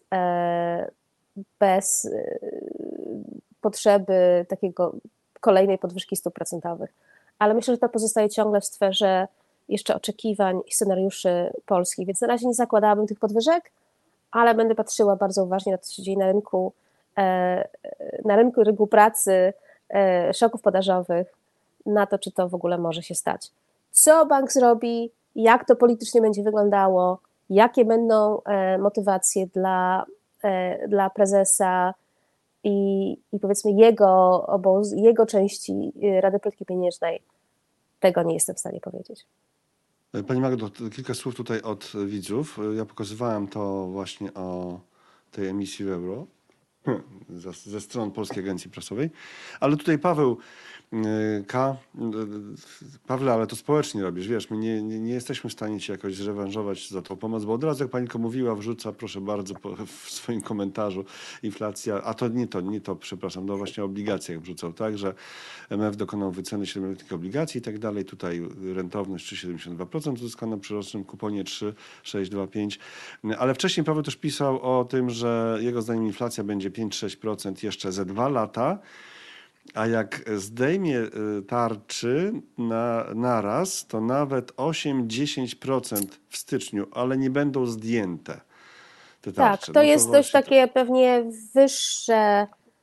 bez potrzeby takiego kolejnej podwyżki stóp procentowych. Ale myślę, że to pozostaje ciągle w sferze jeszcze oczekiwań i scenariuszy polskich, więc na razie nie zakładałabym tych podwyżek, ale będę patrzyła bardzo uważnie na to, co się dzieje na rynku, na rynku rynku pracy, szoków podażowych, na to, czy to w ogóle może się stać. Co bank zrobi, jak to politycznie będzie wyglądało, jakie będą motywacje dla, dla prezesa i, i powiedzmy jego oboz, jego części Rady Polityki Pieniężnej, tego nie jestem w stanie powiedzieć. Pani Magdo, kilka słów tutaj od widzów. Ja pokazywałem to właśnie o tej emisji w euro ze stron Polskiej Agencji Prasowej, ale tutaj Paweł K. Pawle, ale to społecznie robisz, wiesz, my nie, nie, nie jesteśmy w stanie ci jakoś zrewanżować za tą pomoc, bo od razu jak pani tylko mówiła, wrzuca, proszę bardzo, po, w swoim komentarzu inflacja, a to nie to, nie to, przepraszam, no właśnie o obligacjach wrzucał, tak, że M F dokonał wyceny siedmioletnich obligacji i tak dalej, tutaj rentowność trzy przecinek siedemdziesiąt dwa procent uzyskana przy rocznym kuponie trzy przecinek sześć dwa pięć, ale wcześniej Paweł też pisał o tym, że jego zdaniem inflacja będzie pięć przecinek sześć procent jeszcze ze dwa lata, a jak zdejmie tarczy na, naraz, to nawet osiem do dziesięciu procent w styczniu, ale nie będą zdjęte te tarcze. Tak, to no jest to dość takie to... pewnie wyższe,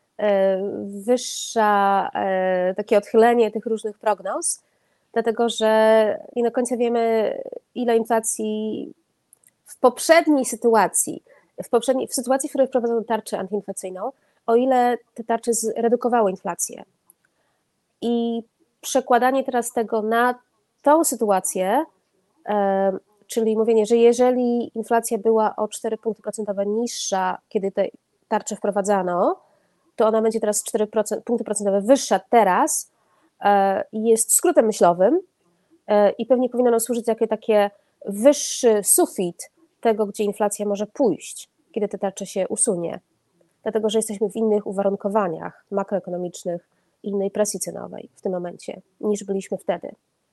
wyższa, takie odchylenie tych różnych prognoz, dlatego że nie do końca wiemy, ile inflacji w poprzedniej sytuacji, w, poprzedniej, w sytuacji, w której wprowadzono tarczę antyinflacyjną, o ile te tarcze zredukowały inflację. I przekładanie teraz tego na tą sytuację, e, czyli mówienie, że jeżeli inflacja była o cztery punkty procentowe niższa, kiedy te tarcze wprowadzano, to ona będzie teraz cztery punkty procentowe wyższa teraz, e, jest skrótem myślowym e, i pewnie powinno nam służyć jako takie wyższy sufit tego, gdzie inflacja może pójść, kiedy te tarcze się usunie. Dlatego, że jesteśmy w innych uwarunkowaniach makroekonomicznych, innej presji cenowej w tym momencie, niż byliśmy wtedy.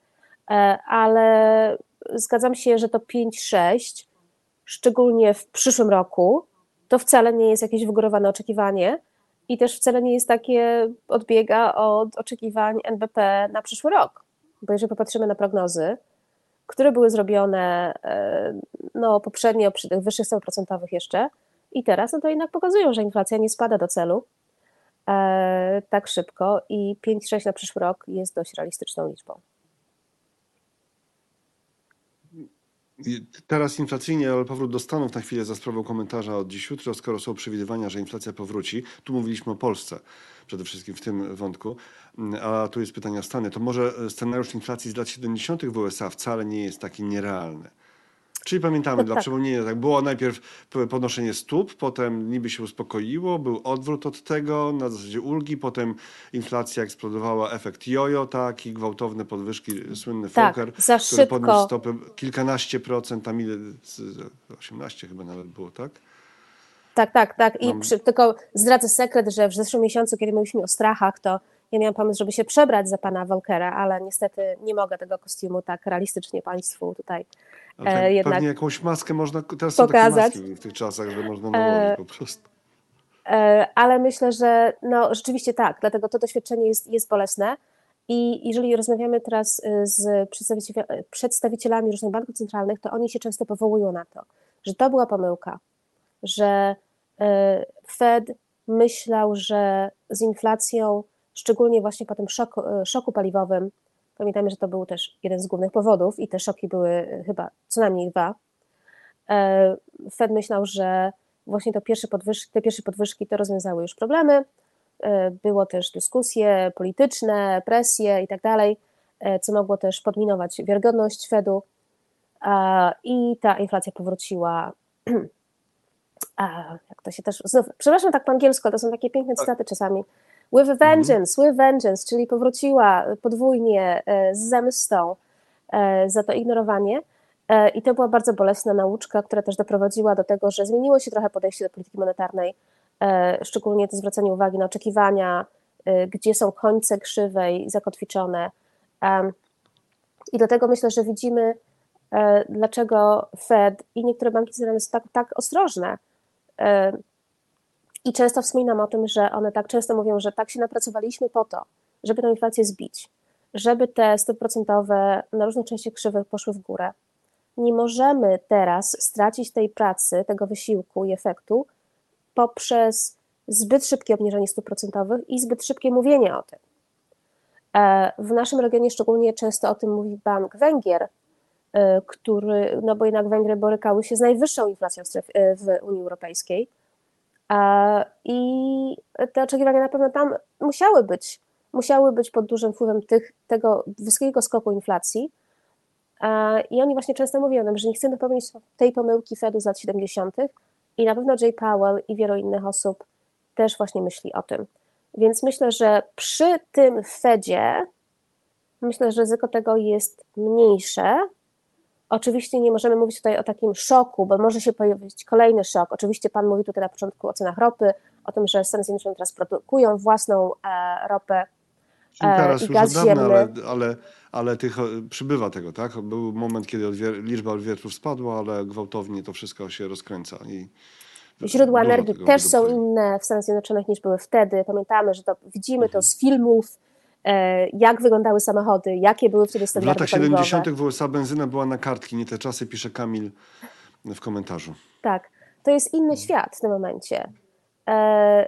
Ale zgadzam się, że to pięć sześć, szczególnie w przyszłym roku, to wcale nie jest jakieś wygórowane oczekiwanie i też wcale nie jest takie, odbiega od oczekiwań N B P na przyszły rok. Bo jeżeli popatrzymy na prognozy, które były zrobione no, poprzednio przy tych wyższych stopach procentowych jeszcze i teraz, no to jednak pokazują, że inflacja nie spada do celu e, tak szybko i pięć sześć na przyszły rok jest dość realistyczną liczbą. Teraz inflacyjnie, ale powrót do Stanów na chwilę za sprawą komentarza od dziś jutro, skoro są przewidywania, że inflacja powróci. Tu mówiliśmy o Polsce przede wszystkim w tym wątku, a tu jest pytanie o Stany. To może scenariusz inflacji z lat siedemdziesiątych w U S A wcale nie jest taki nierealny. Czyli pamiętamy, No dla tak. przypomnienia, tak było najpierw podnoszenie stóp, potem niby się uspokoiło, był odwrót od tego, na zasadzie ulgi, potem inflacja eksplodowała, efekt jojo, taki, gwałtowne podwyżki, słynny Tak, Volcker, za który podniósł szybko. stopy kilkanaście procent, tam ile, osiemnaście chyba nawet było, tak? Tak, tak, tak. I Mam... przy, tylko zdradzę sekret, że w zeszłym miesiącu, kiedy mówiliśmy o strachach, to ja miałam pomysł, żeby się przebrać za pana Volckera, ale niestety nie mogę tego kostiumu tak realistycznie państwu tutaj Ale tak e, jednak pewnie jakąś maskę można, teraz pokazać. są takie maski w tych czasach, że można nałożyć E, po prostu. e, ale myślę, że no, rzeczywiście tak, dlatego to doświadczenie jest, jest bolesne i jeżeli rozmawiamy teraz z przedstawicielami różnych banków centralnych, to oni się często powołują na to, że to była pomyłka, że Fed myślał, że z inflacją, szczególnie właśnie po tym szoku, szoku paliwowym, pamiętajmy, że to był też jeden z głównych powodów i te szoki były chyba co najmniej dwa, Fed myślał, że właśnie to pierwsze podwyżki, te pierwsze podwyżki to rozwiązały już problemy, było też dyskusje polityczne, presje i tak dalej, co mogło też podminować wiarygodność Fedu i ta inflacja powróciła. A, jak to się też, znów, przepraszam tak po angielsku, ale to są takie piękne cytaty czasami. With a vengeance, with vengeance, czyli powróciła podwójnie z zemstą za to ignorowanie. I to była bardzo bolesna nauczka, która też doprowadziła do tego, że zmieniło się trochę podejście do polityki monetarnej, szczególnie to zwracanie uwagi na oczekiwania, gdzie są końce krzywej zakotwiczone. I dlatego myślę, że widzimy, dlaczego Fed i niektóre banki centralne są tak, tak ostrożne. I często wspominam o tym, że one tak często mówią, że tak się napracowaliśmy po to, żeby tę inflację zbić, żeby te stopy procentowe na różnych częściach krzywych poszły w górę. Nie możemy teraz stracić tej pracy, tego wysiłku i efektu poprzez zbyt szybkie obniżenie stóp procentowych i zbyt szybkie mówienie o tym. W naszym regionie szczególnie często o tym mówi Bank Węgier, który, no bo jednak Węgry borykały się z najwyższą inflacją w Unii Europejskiej i te oczekiwania na pewno tam musiały być, musiały być pod dużym wpływem tych, tego wysokiego skoku inflacji. I oni właśnie często mówią nam, że nie chcemy popełnić tej pomyłki Fedu z lat siedemdziesiątych i na pewno Jay Powell i wielu innych osób też właśnie myśli o tym. Więc myślę, że przy tym Fedzie myślę, że ryzyko tego jest mniejsze. Oczywiście nie możemy mówić tutaj o takim szoku, bo może się pojawić kolejny szok. Oczywiście Pan mówi tutaj na początku o cenach ropy, o tym, że Stany Zjednoczone teraz produkują własną e, ropę e, Teraz i już gaz od dawna, ziemny. ale, ale, ale tych, przybywa tego, tak? Był moment, kiedy odwier- liczba odwiertów spadła, ale gwałtownie to wszystko się rozkręca. I Źródła dużo energii tego też są wydobycia. inne w Stanach Zjednoczonych niż były wtedy. Pamiętamy, że to widzimy to z filmów, e, jak wyglądały samochody, jakie były wtedy W standardy latach paliwowe. siedemdziesiątych w U S A benzyna była na kartki, nie te czasy, pisze Kamil w komentarzu. Tak, to jest inny świat w tym momencie. E,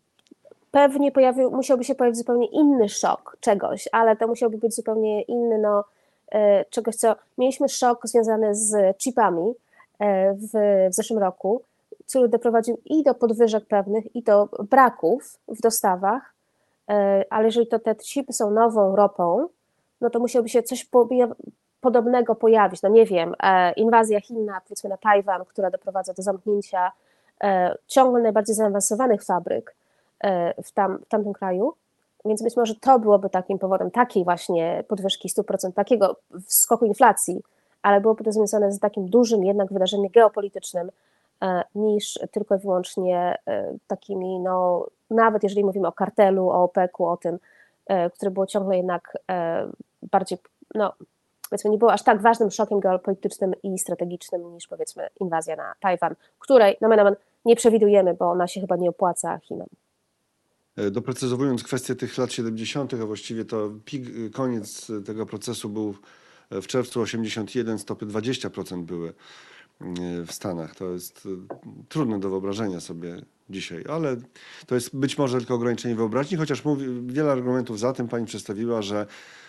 pewnie pojawił, musiałby się pojawić zupełnie inny szok czegoś, ale to musiałby być zupełnie inny, no, e, czegoś, co... Mieliśmy szok związany z chipami e, w, w zeszłym roku, który doprowadził i do podwyżek pewnych, i do braków w dostawach, e, ale jeżeli to te chipy są nową ropą, no to musiałoby się coś po, podobnego pojawić, no nie wiem, e, inwazja Chin na, powiedzmy na Tajwan, która doprowadza do zamknięcia e, ciągle najbardziej zaawansowanych fabryk e, w, tam, w tamtym kraju, więc być może to byłoby takim powodem takiej właśnie podwyżki stóp procentowych, takiego skoku inflacji, ale byłoby to związane z takim dużym jednak wydarzeniem geopolitycznym, e, niż tylko i wyłącznie e, takimi, no nawet jeżeli mówimy o kartelu, o OPEC-u, o tym, e, które było ciągle jednak e, bardziej, no powiedzmy, nie było aż tak ważnym szokiem geopolitycznym i strategicznym niż powiedzmy inwazja na Tajwan, której no, my nie przewidujemy, bo ona się chyba nie opłaca Chinom. Doprecyzowując kwestię tych lat siedemdziesiątych, a właściwie to pik, koniec tego procesu był w czerwcu osiemdziesiąt jeden, stopy dwadzieścia procent były w Stanach. To jest trudne do wyobrażenia sobie dzisiaj, ale to jest być może tylko ograniczenie wyobraźni, chociaż mówi, wiele argumentów za tym pani przedstawiła, że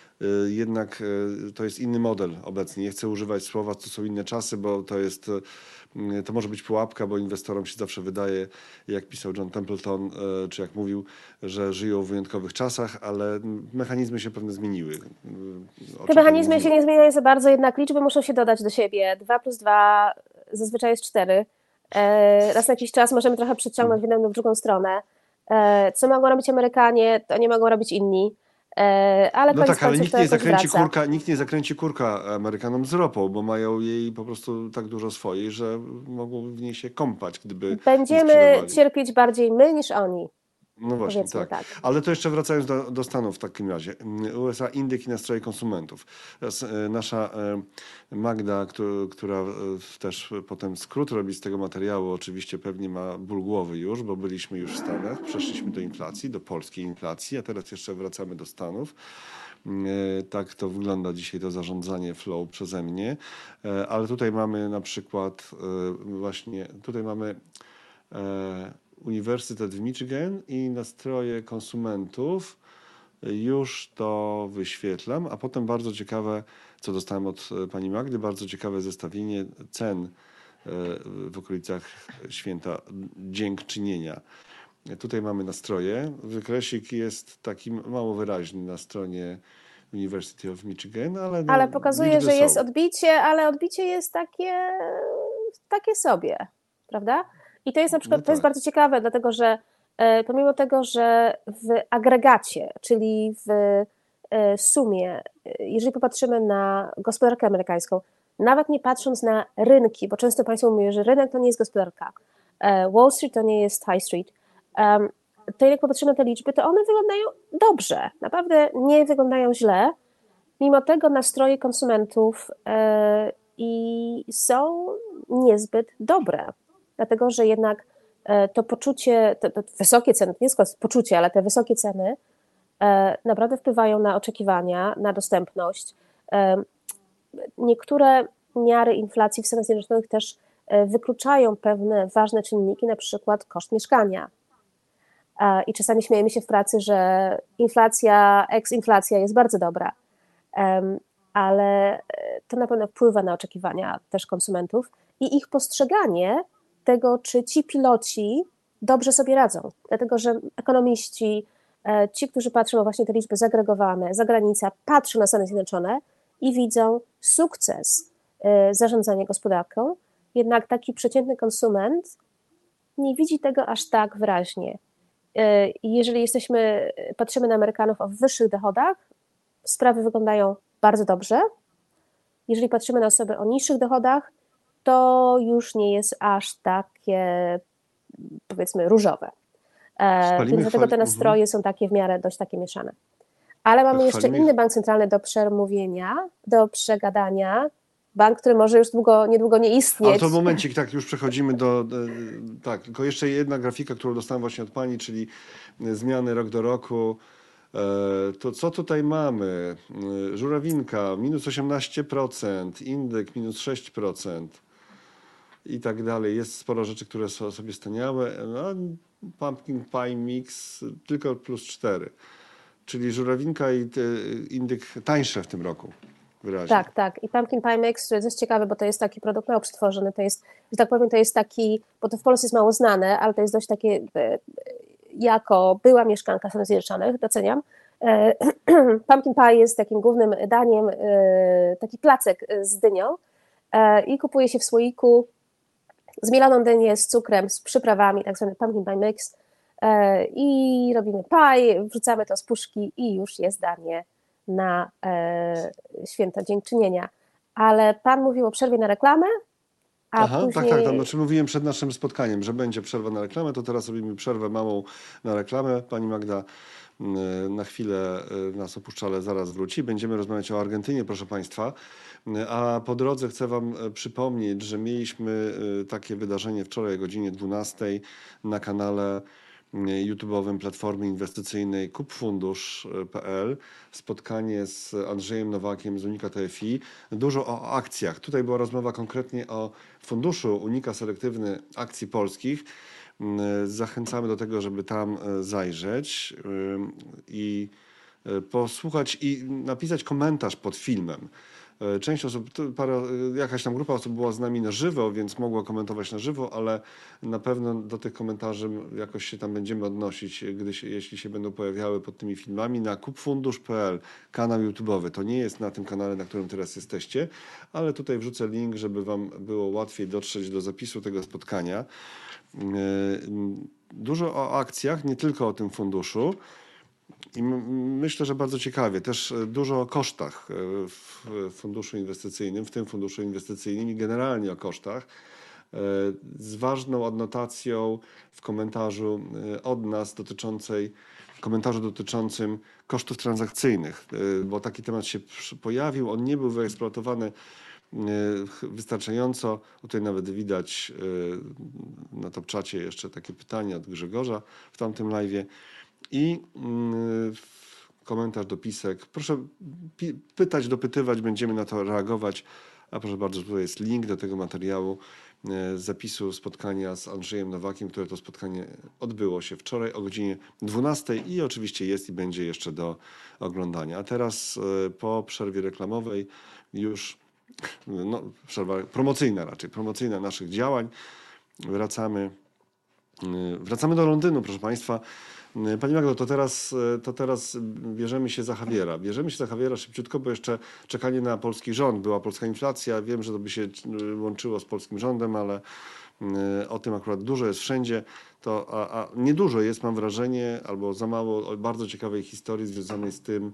jednak to jest inny model obecnie. Nie chcę używać słowa, to są inne czasy, bo to jest, to może być pułapka, bo inwestorom się zawsze wydaje, jak pisał John Templeton, czy jak mówił, że żyją w wyjątkowych czasach, ale mechanizmy się pewnie zmieniły. Te mechanizmy się nie zmieniają za bardzo, jednak liczby muszą się dodać do siebie. dwa plus dwa zazwyczaj jest cztery. Raz na jakiś czas możemy trochę przeciągnąć w jedną lub drugą stronę. Co mogą robić Amerykanie, to nie mogą robić inni. Ale no tak, ale nikt nie, zakręci wraca. kurka, nikt nie zakręci kurka Amerykanom z ropą, bo mają jej po prostu tak dużo swojej, że mogą w niej się kąpać, gdyby Będziemy cierpieć bardziej my niż oni. No właśnie, tak. tak. Ale to jeszcze wracając do, do Stanów w takim razie. U S A indyk i nastroje konsumentów. Nasza Magda, która też potem skrót robi z tego materiału, oczywiście pewnie ma ból głowy już, bo byliśmy już w Stanach, przeszliśmy do inflacji, do polskiej inflacji, a teraz jeszcze wracamy do Stanów. Tak to wygląda dzisiaj to zarządzanie flow przeze mnie. Ale tutaj mamy na przykład właśnie, tutaj mamy Uniwersytet w Michigan i nastroje konsumentów. Już to wyświetlam, a potem bardzo ciekawe, co dostałem od pani Magdy, bardzo ciekawe zestawienie cen w okolicach święta Dziękczynienia. Tutaj mamy nastroje. Wykresik jest taki mało wyraźny na stronie University of Michigan, ale, no, ale pokazuje, że są. jest odbicie, ale odbicie jest takie, takie sobie, prawda? I to jest na przykład, no tak. To jest bardzo ciekawe, dlatego że e, pomimo tego, że w agregacie, czyli w e, sumie, jeżeli popatrzymy na gospodarkę amerykańską, nawet nie patrząc na rynki, bo często Państwo mówią, że rynek to nie jest gospodarka, Wall Street to nie jest High Street, to jak popatrzymy na te liczby, to one wyglądają dobrze, naprawdę nie wyglądają źle, mimo tego nastroje konsumentów i są niezbyt dobre, dlatego że jednak to poczucie, to, to wysokie ceny, nie jest poczucie, ale te wysokie ceny naprawdę wpływają na oczekiwania, na dostępność. Niektóre miary inflacji w Stanach Zjednoczonych też wykluczają pewne ważne czynniki, na przykład koszt mieszkania. I czasami śmiejemy się w pracy, że inflacja, ex-inflacja jest bardzo dobra, ale to na pewno wpływa na oczekiwania też konsumentów i ich postrzeganie tego, czy ci piloci dobrze sobie radzą. Dlatego, że ekonomiści, ci, którzy patrzą na właśnie te liczby zagregowane, zagranica, patrzą na Stany Zjednoczone i widzą sukces zarządzania gospodarką, jednak taki przeciętny konsument nie widzi tego aż tak wyraźnie. Jeżeli jesteśmy, patrzymy na Amerykanów o wyższych dochodach, sprawy wyglądają bardzo dobrze. Jeżeli patrzymy na osoby o niższych dochodach, to już nie jest aż takie, powiedzmy, różowe. Chwalimy, Więc dlatego te chwali- nastroje są takie w miarę dość takie mieszane. Ale mamy jeszcze Chwalimy- inny bank centralny do przemówienia, do przegadania. Bank, który może już długo, niedługo nie istnieć. Ale to momencik, tak, już przechodzimy do, do... Tak, tylko jeszcze jedna grafika, którą dostałem właśnie od Pani, czyli zmiany rok do roku. E, To co tutaj mamy? E, Żurawinka minus osiemnaście procent, indyk minus sześć procent i tak dalej. Jest sporo rzeczy, które są sobie staniały. No, pumpkin pie mix tylko plus cztery. Czyli żurawinka i te- indyk tańsze w tym roku. Wyraźnie. Tak, tak. I Pumpkin Pie Mix, to jest ciekawe, bo to jest taki produkt mało przetworzony, to jest, że tak powiem, to jest taki, bo to w Polsce jest mało znane, ale to jest dość takie, e, jako była mieszkanka Stanów Zjednoczonych, doceniam. E, Pumpkin Pie jest takim głównym daniem, e, taki placek z dynią e, i kupuje się w słoiku zmieloną dynię z cukrem, z przyprawami, tak zwany Pumpkin Pie Mix e, i robimy pie, wrzucamy to z puszki i już jest danie na e, święto dziękczynienia. Ale Pan mówił o przerwie na reklamę, a Aha, później... tak, tak, tam, znaczy mówiłem przed naszym spotkaniem, że będzie przerwa na reklamę, to teraz robimy przerwę małą na reklamę. Pani Magda mm, na chwilę y, nas opuszcza, ale zaraz wróci. Będziemy rozmawiać o Argentynie, proszę Państwa. Y, A po drodze chcę Wam y, przypomnieć, że mieliśmy y, takie wydarzenie wczoraj o godzinie dwunastej na kanale y, YouTube'owym Platformy Inwestycyjnej kupfundusz kropka p l. Spotkanie z Andrzejem Nowakiem z Unika T F I. Dużo o akcjach. Tutaj była rozmowa konkretnie o funduszu Unika Selektywny Akcji Polskich. Mm, Zachęcamy do tego, żeby tam e, zajrzeć ym, i e, posłuchać i napisać komentarz pod filmem. E, Część osób, tu parę, e, jakaś tam grupa osób była z nami na żywo, więc mogła komentować na żywo, ale na pewno do tych komentarzy jakoś się tam będziemy odnosić, gdy się, jeśli się będą pojawiały pod tymi filmami na kupfundusz kropka p l, kanał YouTube'owy. To nie jest na tym kanale, na którym teraz jesteście, ale tutaj wrzucę link, żeby Wam było łatwiej dotrzeć do zapisu tego spotkania. E, Dużo o akcjach, nie tylko o tym funduszu. I m- myślę, że bardzo ciekawie. Też e, dużo o kosztach e, w funduszu inwestycyjnym, w tym funduszu inwestycyjnym i generalnie o kosztach. E, Z ważną adnotacją w komentarzu e, od nas dotyczącej, komentarzu dotyczącym kosztów transakcyjnych, e, bo taki temat się przy- pojawił. On nie był wyeksploatowany e, wystarczająco. Tutaj nawet widać e, na top czacie jeszcze takie pytanie od Grzegorza w tamtym live'ie. I mm, komentarz, dopisek. Proszę pi- pytać, dopytywać, będziemy na to reagować. A proszę bardzo, tutaj jest link do tego materiału e, z zapisu spotkania z Andrzejem Nowakiem, które to spotkanie odbyło się wczoraj o godzinie dwunastej i oczywiście jest i będzie jeszcze do oglądania. A teraz e, po przerwie reklamowej już no, przerwa promocyjna raczej, promocyjna naszych działań. Wracamy Yy, Wracamy do Londynu, proszę Państwa. Yy, Pani Magdo, to teraz, yy, to teraz bierzemy się za Javiera. Bierzemy się za Javiera szybciutko, bo jeszcze czekanie na polski rząd. Była polska inflacja. Wiem, że to by się yy, łączyło z polskim rządem, ale yy, o tym akurat dużo jest wszędzie. To, a, a niedużo jest, mam wrażenie, albo za mało o bardzo ciekawej historii związanej z tym,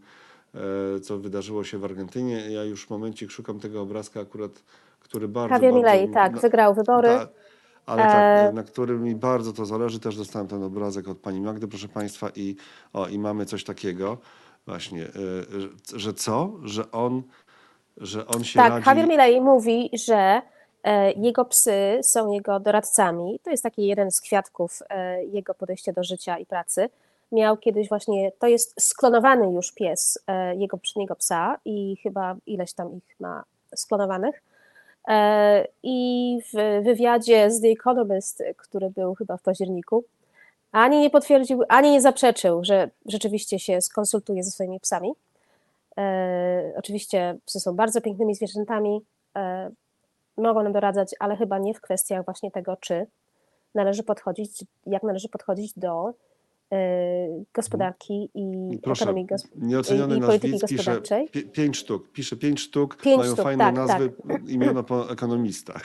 e, co wydarzyło się w Argentynie. Ja już momencik szukam tego obrazka akurat, który bardzo, Javier bardzo... Milei, tak, No, wygrał wybory. ta, ale tak, E, na którym mi bardzo to zależy. Też dostałem ten obrazek od pani Magdy, proszę państwa, i, o, i mamy coś takiego właśnie, e, że że co? Że on, że on się tak, Javier radzi... Milei mówi, że e, jego psy są jego doradcami. To jest taki jeden z kwiatków e, jego podejścia do życia i pracy. Miał kiedyś właśnie, to jest sklonowany już pies e, jego poprzedniego psa i chyba ileś tam ich ma sklonowanych. E, I w wywiadzie z The Economist, który był chyba w październiku, ani nie potwierdził, ani nie zaprzeczył, że rzeczywiście się skonsultuje ze swoimi psami. E, oczywiście psy są bardzo pięknymi zwierzętami, e, mogą nam doradzać, ale chyba nie w kwestiach właśnie tego, czy należy podchodzić, jak należy podchodzić do e, gospodarki i Proszę, ekonomii gos- nieoceniony i, i polityki Nazwicki pisze gospodarczej. pie, pięć sztuk. Pisze pięć sztuk, Pięć mają sztuk, fajne tak, nazwy, tak. imiona po ekonomistach.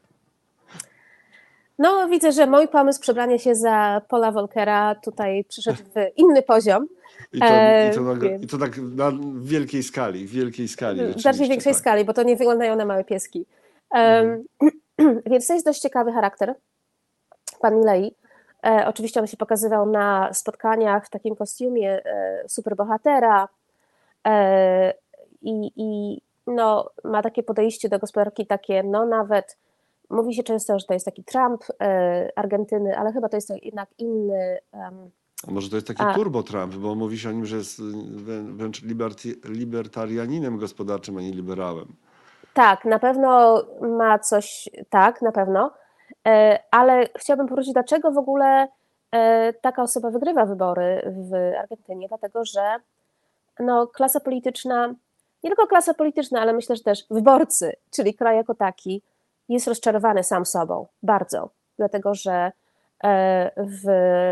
No, widzę, że mój pomysł przebrania się za Paula Volckera tutaj przyszedł w inny poziom. I to, i E, to, na, więc i to tak na wielkiej skali, w wielkiej skali w znacznie rzeczywiście, większej tak. skali, bo to nie wyglądają na małe pieski. Mhm. Um, więc to jest dość ciekawy charakter, pan Milei. E, oczywiście on się pokazywał na spotkaniach w takim kostiumie e, superbohatera e, i, i no, ma takie podejście do gospodarki takie, no nawet mówi się często, że to jest taki Trump e, Argentyny, ale chyba to jest to jednak inny. Um, A może to jest taki a, turbo Trump, bo mówi się o nim, że jest wrę- wręcz liberty, libertarianinem gospodarczym, a nie liberałem. tak, na pewno ma coś, tak, na pewno, e, ale chciałabym powiedzieć, dlaczego w ogóle e, taka osoba wygrywa wybory w Argentynie, dlatego że no, klasa polityczna, nie tylko klasa polityczna, ale myślę, że też wyborcy, czyli kraj jako taki, jest rozczarowany sam sobą, bardzo, dlatego że e, w,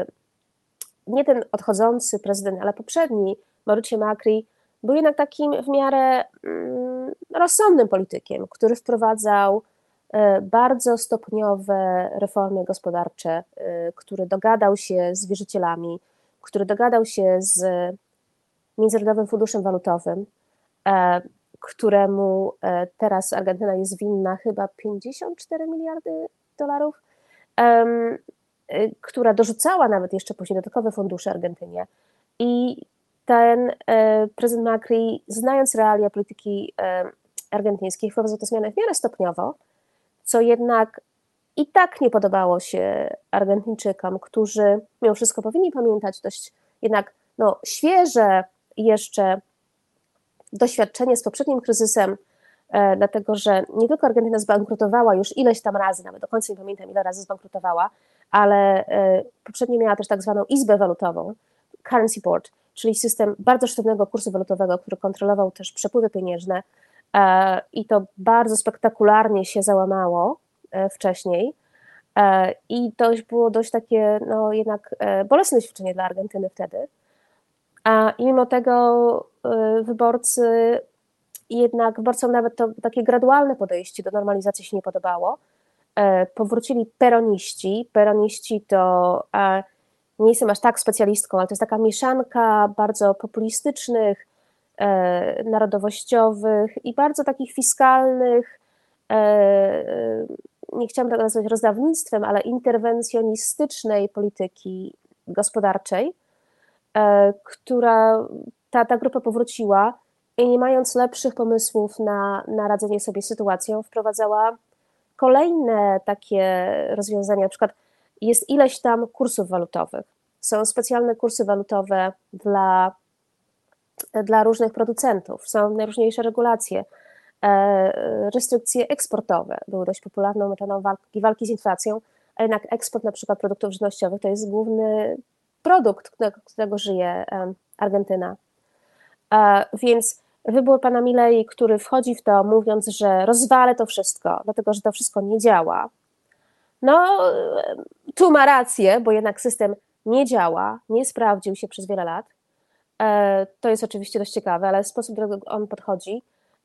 nie ten odchodzący prezydent, ale poprzedni, Mauricio Macri, był jednak takim w miarę mm, rozsądnym politykiem, który wprowadzał e, bardzo stopniowe reformy gospodarcze, e, który dogadał się z wierzycielami, który dogadał się z Międzynarodowym Funduszem Walutowym, e, któremu e, teraz Argentyna jest winna chyba pięćdziesiąt cztery miliardy dolarów, em, e, która dorzucała nawet jeszcze później dodatkowe fundusze Argentynie. I ten e, prezydent Macri, znając realia polityki e, argentyńskiej, wprowadzał te zmiany w miarę stopniowo, co jednak i tak nie podobało się Argentyńczykom, którzy mimo wszystko powinni pamiętać dość jednak no, świeże jeszcze doświadczenie z poprzednim kryzysem, e, dlatego że nie tylko Argentyna zbankrutowała już ileś tam razy, nawet do końca nie pamiętam ile razy zbankrutowała, ale e, poprzednio miała też tak zwaną izbę walutową, currency board, czyli system bardzo sztywnego kursu walutowego, który kontrolował też przepływy pieniężne e, i to bardzo spektakularnie się załamało e, wcześniej e, i to było dość takie no jednak e, bolesne doświadczenie dla Argentyny wtedy. A mimo tego y, wyborcy jednak, wyborcom nawet to takie gradualne podejście do normalizacji się nie podobało. E, Powrócili peroniści. Peroniści to, e, nie jestem aż tak specjalistką, ale to jest taka mieszanka bardzo populistycznych, e, narodowościowych i bardzo takich fiskalnych, e, e, nie chciałam tego nazwać rozdawnictwem, ale interwencjonistycznej polityki gospodarczej, e, która ta, ta grupa powróciła i nie mając lepszych pomysłów na, na radzenie sobie z sytuacją, wprowadzała kolejne takie rozwiązania, na przykład jest ileś tam kursów walutowych, są specjalne kursy walutowe dla, dla różnych producentów, są najróżniejsze regulacje, e, restrykcje eksportowe były dość popularną metodą walki, walki z inflacją, a jednak eksport na przykład produktów żywnościowych to jest główny produkt, którego żyje Argentyna. Więc wybór pana Milei, który wchodzi w to mówiąc, że rozwalę to wszystko, dlatego że to wszystko nie działa, no tu ma rację, bo jednak system nie działa, nie sprawdził się przez wiele lat. To jest oczywiście dość ciekawe, ale sposób, w którego on podchodzi,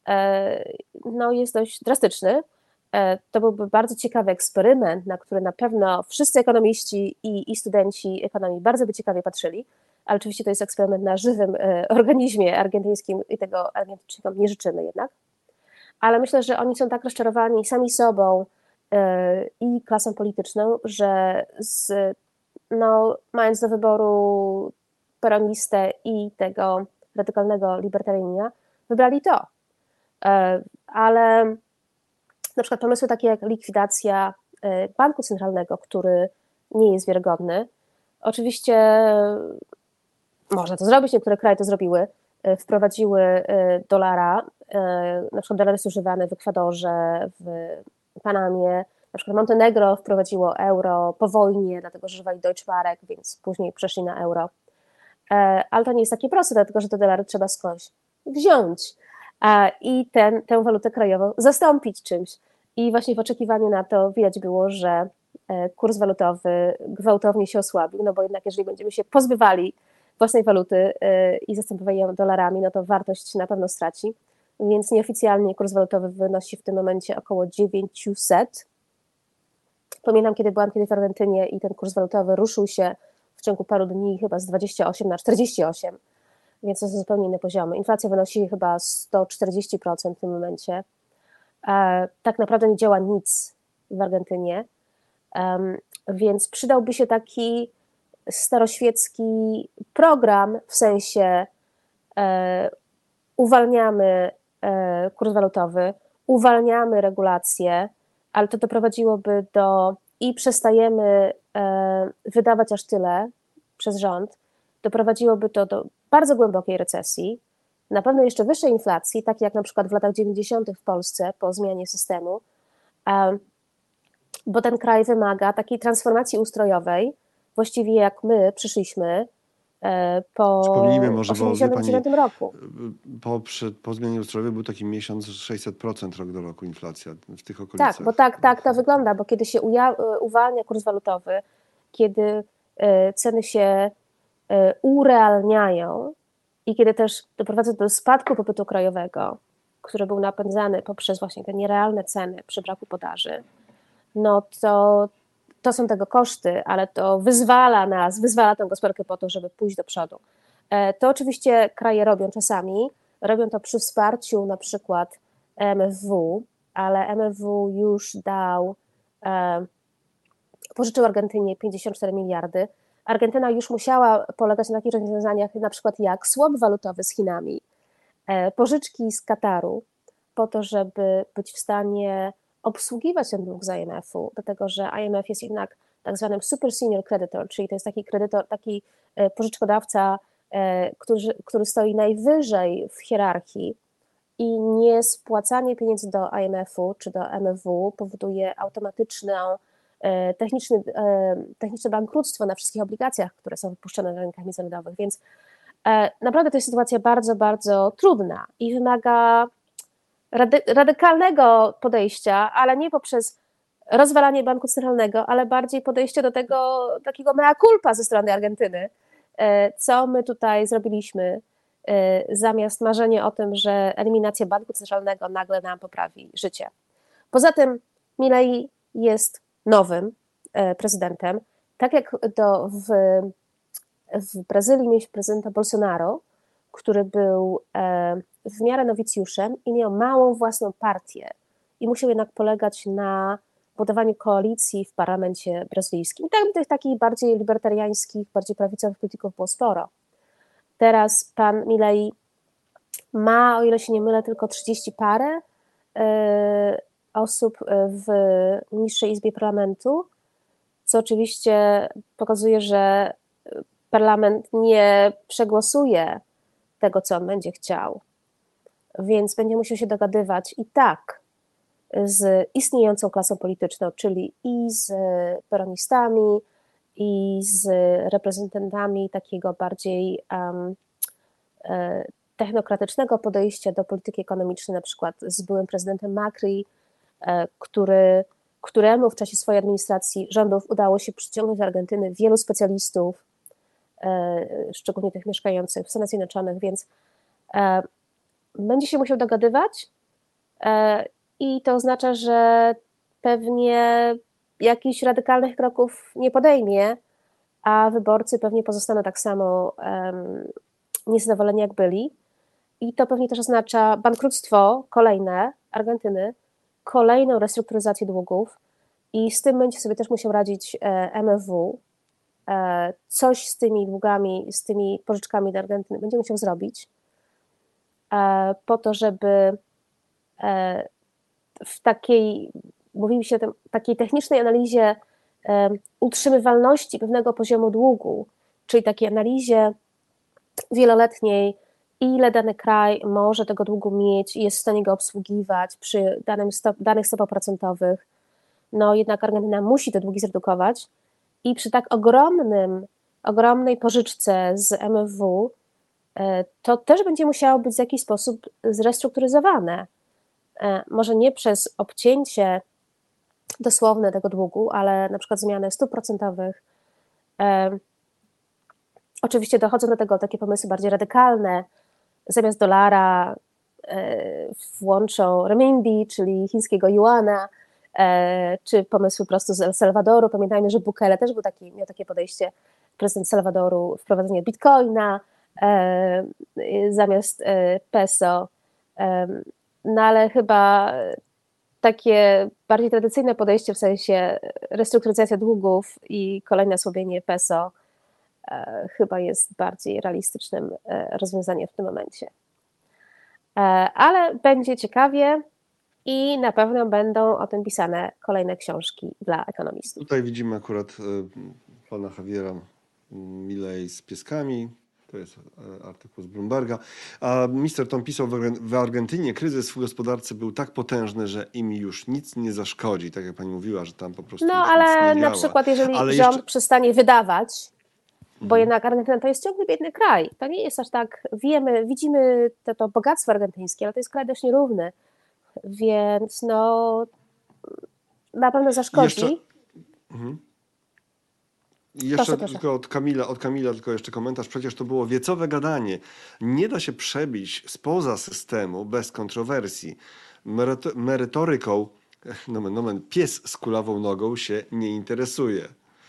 no jest dość drastyczny. To byłby bardzo ciekawy eksperyment, na który na pewno wszyscy ekonomiści i, i studenci ekonomii bardzo by ciekawie patrzyli, ale oczywiście to jest eksperyment na żywym organizmie argentyńskim i tego Argentyńczykom nie życzymy jednak. Ale myślę, że oni są tak rozczarowani sami sobą i klasą polityczną, że z, no, mając do wyboru peronistę i tego radykalnego libertarianina, wybrali to. Ale na przykład pomysły takie jak likwidacja banku centralnego, który nie jest wiarygodny, oczywiście można to zrobić, niektóre kraje to zrobiły, wprowadziły dolara, na przykład dolar jest używany w Ekwadorze, w Panamie, na przykład Montenegro wprowadziło euro po wojnie, dlatego że używali Deutschmarek, więc później przeszli na euro. Ale to nie jest takie proste, dlatego że te dolary trzeba skądś wziąć i ten, tę walutę krajową zastąpić czymś. I właśnie w oczekiwaniu na to widać było, że kurs walutowy gwałtownie się osłabił, no bo jednak jeżeli będziemy się pozbywali własnej waluty i zastępowali ją dolarami, no to wartość na pewno straci, więc nieoficjalnie kurs walutowy wynosi w tym momencie około dziewięćset. Pamiętam, kiedy byłam kiedyś w Argentynie i ten kurs walutowy ruszył się w ciągu paru dni chyba z dwudziestu ośmiu na czterdzieści osiem, więc to są zupełnie inne poziomy. Inflacja wynosi chyba sto czterdzieści procent w tym momencie. Tak naprawdę nie działa nic w Argentynie, więc przydałby się taki staroświecki program, w sensie uwalniamy kurs walutowy, uwalniamy regulacje, ale to doprowadziłoby do i przestajemy wydawać aż tyle przez rząd, doprowadziłoby to do bardzo głębokiej recesji, na pewno jeszcze wyższej inflacji, tak jak na przykład w latach dziewięćdziesiątych w Polsce po zmianie systemu, bo ten kraj wymaga takiej transformacji ustrojowej, właściwie jak my przyszliśmy po Przypomnijmy może, bo wie osiemdziesiątym dziewiątym pani, roku. po, przed, po zmianie ustrojowej był taki miesiąc sześćset procent rok do roku inflacja w tych okolicach. Tak, bo tak, tak to wygląda, bo kiedy się uja, uwalnia kurs walutowy, kiedy ceny się urealniają i kiedy też doprowadza do spadku popytu krajowego, który był napędzany poprzez właśnie te nierealne ceny przy braku podaży, no to to są tego koszty, ale to wyzwala nas, wyzwala tę gospodarkę po to, żeby pójść do przodu. To oczywiście kraje robią czasami, robią to przy wsparciu na przykład M F W, ale M F W już dał, pożyczył Argentynie pięćdziesiąt cztery miliardy. Argentyna już musiała polegać na takich rozwiązaniach, na przykład jak swap walutowy z Chinami, pożyczki z Kataru, po to, żeby być w stanie obsługiwać ten dług z I M F-u, dlatego że I M F jest jednak tak zwanym super senior creditor, czyli to jest taki kredytor, taki pożyczkodawca, który, który stoi najwyżej w hierarchii i nie spłacanie pieniędzy do I M F-u czy do M F W powoduje automatyczną techniczny, techniczne bankructwo na wszystkich obligacjach, które są wypuszczone na rynkach międzynarodowych, więc naprawdę to jest sytuacja bardzo, bardzo trudna i wymaga rady, radykalnego podejścia, ale nie poprzez rozwalanie banku centralnego, ale bardziej podejście do tego takiego mea culpa ze strony Argentyny, co my tutaj zrobiliśmy, zamiast marzenia o tym, że eliminacja banku centralnego nagle nam poprawi życie. Poza tym Milei jest nowym prezydentem, tak jak do, w, w Brazylii mieliśmy prezydenta Bolsonaro, który był w miarę nowicjuszem i miał małą własną partię i musiał jednak polegać na budowaniu koalicji w parlamencie brazylijskim. Tam tych takich bardziej libertariańskich, bardziej prawicowych polityków było sporo. Teraz pan Milei ma, o ile się nie mylę, tylko trzydzieści parę osób w niższej izbie parlamentu, co oczywiście pokazuje, że parlament nie przegłosuje tego, co on będzie chciał, więc będzie musiał się dogadywać i tak z istniejącą klasą polityczną, czyli i z peronistami, i z reprezentantami takiego bardziej um, technokratycznego podejścia do polityki ekonomicznej, na przykład z byłym prezydentem Macri, który, któremu w czasie swojej administracji rządów udało się przyciągnąć do Argentyny wielu specjalistów, szczególnie tych mieszkających w Stanach Zjednoczonych, więc będzie się musiał dogadywać i to oznacza, że pewnie jakichś radykalnych kroków nie podejmie, a wyborcy pewnie pozostaną tak samo um, niezadowoleni, jak byli. I to pewnie też oznacza bankructwo kolejne Argentyny, kolejną restrukturyzację długów i z tym będzie sobie też musiał radzić M F W. Coś z tymi długami, z tymi pożyczkami do Argentyny będzie musiał zrobić po to, żeby w takiej, mówimy się o tym, takiej technicznej analizie utrzymywalności pewnego poziomu długu, czyli takiej analizie wieloletniej, ile dany kraj może tego długu mieć i jest w stanie go obsługiwać przy danym stop, danych stopach procentowych, no jednak Argentyna musi te długi zredukować i przy tak ogromnym, ogromnej pożyczce z M F W to też będzie musiało być w jakiś sposób zrestrukturyzowane. Może nie przez obcięcie dosłowne tego długu, ale na przykład zmianę stóp procentowych. Oczywiście dochodzą do tego takie pomysły bardziej radykalne. Zamiast dolara włączą renminbi, czyli chińskiego juana, czy pomysły prosto z El Salwadoru. Pamiętajmy, że Bukele też był taki, miał takie podejście, prezydent Salwadoru, wprowadzenie bitcoina zamiast peso. No ale chyba takie bardziej tradycyjne podejście w sensie restrukturyzacja długów i kolejne osłabienie peso chyba jest bardziej realistycznym rozwiązaniem w tym momencie. Ale będzie ciekawie i na pewno będą o tym pisane kolejne książki dla ekonomistów. Tutaj widzimy akurat pana Javiera Milei z pieskami. To jest artykuł z Bloomberga. A mister Tom pisał, w Argentynie kryzys w gospodarce był tak potężny, że im już nic nie zaszkodzi. Tak jak pani mówiła, że tam po prostu No już ale nic nie na działa. przykład jeżeli Ale rząd jeszcze... przestanie wydawać, bo Mhm. jednak Argentyna to jest ciągle biedny kraj. To nie jest aż tak, wiemy, widzimy to, to bogactwo argentyńskie, ale to jest kraj dość nierówny. Więc no na pewno zaszkodzi. Jeszcze... Mhm. I jeszcze Proszę, proszę. tylko od Kamila, od Kamila tylko jeszcze komentarz. Przecież to było wiecowe gadanie. Nie da się przebić spoza systemu bez kontrowersji. Meryto- merytoryką, nomen, nomen, pies z kulawą nogą się nie interesuje.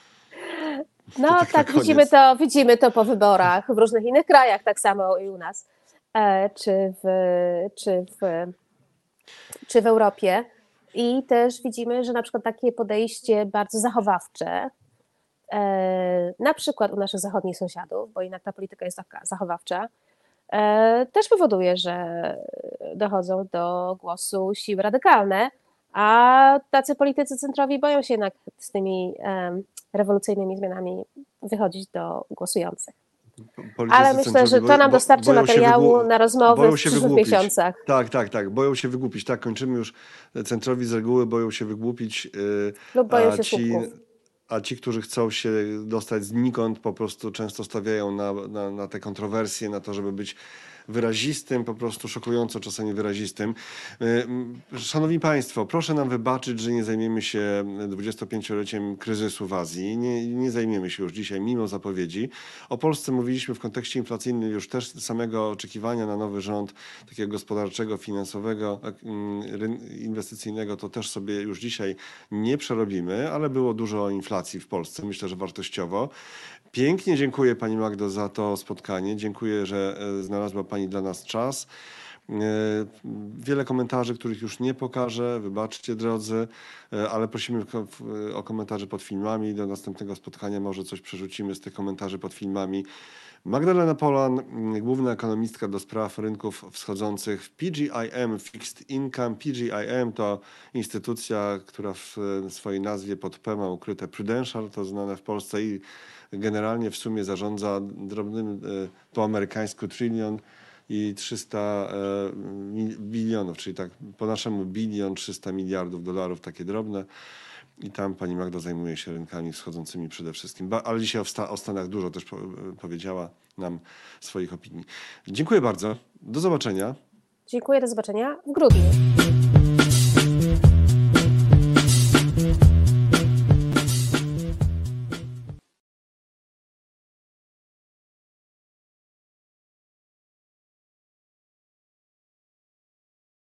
No To tak, tak na widzimy koniec. to, widzimy to po wyborach w różnych innych krajach, tak samo i u nas, e, czy, w, czy, w, czy w Europie. I też widzimy, że na przykład takie podejście bardzo zachowawcze, e, na przykład u naszych zachodnich sąsiadów, bo jednak ta polityka jest taka zachowawcza, e, też powoduje, że dochodzą do głosu siły radykalne, a tacy politycy centrowi boją się jednak z tymi um, rewolucyjnymi zmianami wychodzić do głosujących. Politycy Ale myślę, centrowi że to bo- nam bo- dostarczy boją się materiału wygłu- na rozmowy boją w się przyszłych wygłupić. miesiącach. Tak, tak, tak. Boją się wygłupić. Tak, kończymy już. Centrowi z reguły boją się wygłupić, yy, Lub boją a się ci, słupków. a ci, którzy chcą się dostać znikąd, po prostu często stawiają na, na, na te kontrowersje, na to, żeby być wyrazistym, po prostu szokująco czasami wyrazistym. Yy, Szanowni Państwo, proszę nam wybaczyć, że nie zajmiemy się dwudziestopięcioleciem kryzysu w Azji. Nie, nie zajmiemy się już dzisiaj, mimo zapowiedzi. O Polsce mówiliśmy w kontekście inflacyjnym już też samego oczekiwania na nowy rząd, takiego gospodarczego, finansowego, inwestycyjnego, to też sobie już dzisiaj nie przerobimy, ale było dużo o inflacji w Polsce, myślę, że wartościowo. Pięknie dziękuję Pani Magdo za to spotkanie. Dziękuję, że znalazła Pani dla nas czas. Wiele komentarzy, których już nie pokażę, wybaczcie drodzy, ale prosimy o komentarze pod filmami. Do następnego spotkania może coś przerzucimy z tych komentarzy pod filmami. Magdalena Polan, główna ekonomistka do spraw rynków wschodzących w P G I M Fixed Income. P G I M to instytucja, która w swojej nazwie pod P ma ukryte Prudential, to znane w Polsce i generalnie w sumie zarządza drobnym po amerykańsku trylion i trzysta bilionów, czyli tak po naszemu bilion trzysta miliardów dolarów, takie drobne. I tam pani Magda zajmuje się rynkami wschodzącymi przede wszystkim. Ba- Ale dzisiaj o, sta- o Stanach dużo też po- powiedziała nam swoich opinii. Dziękuję bardzo. Do zobaczenia. Dziękuję, do zobaczenia w grudniu.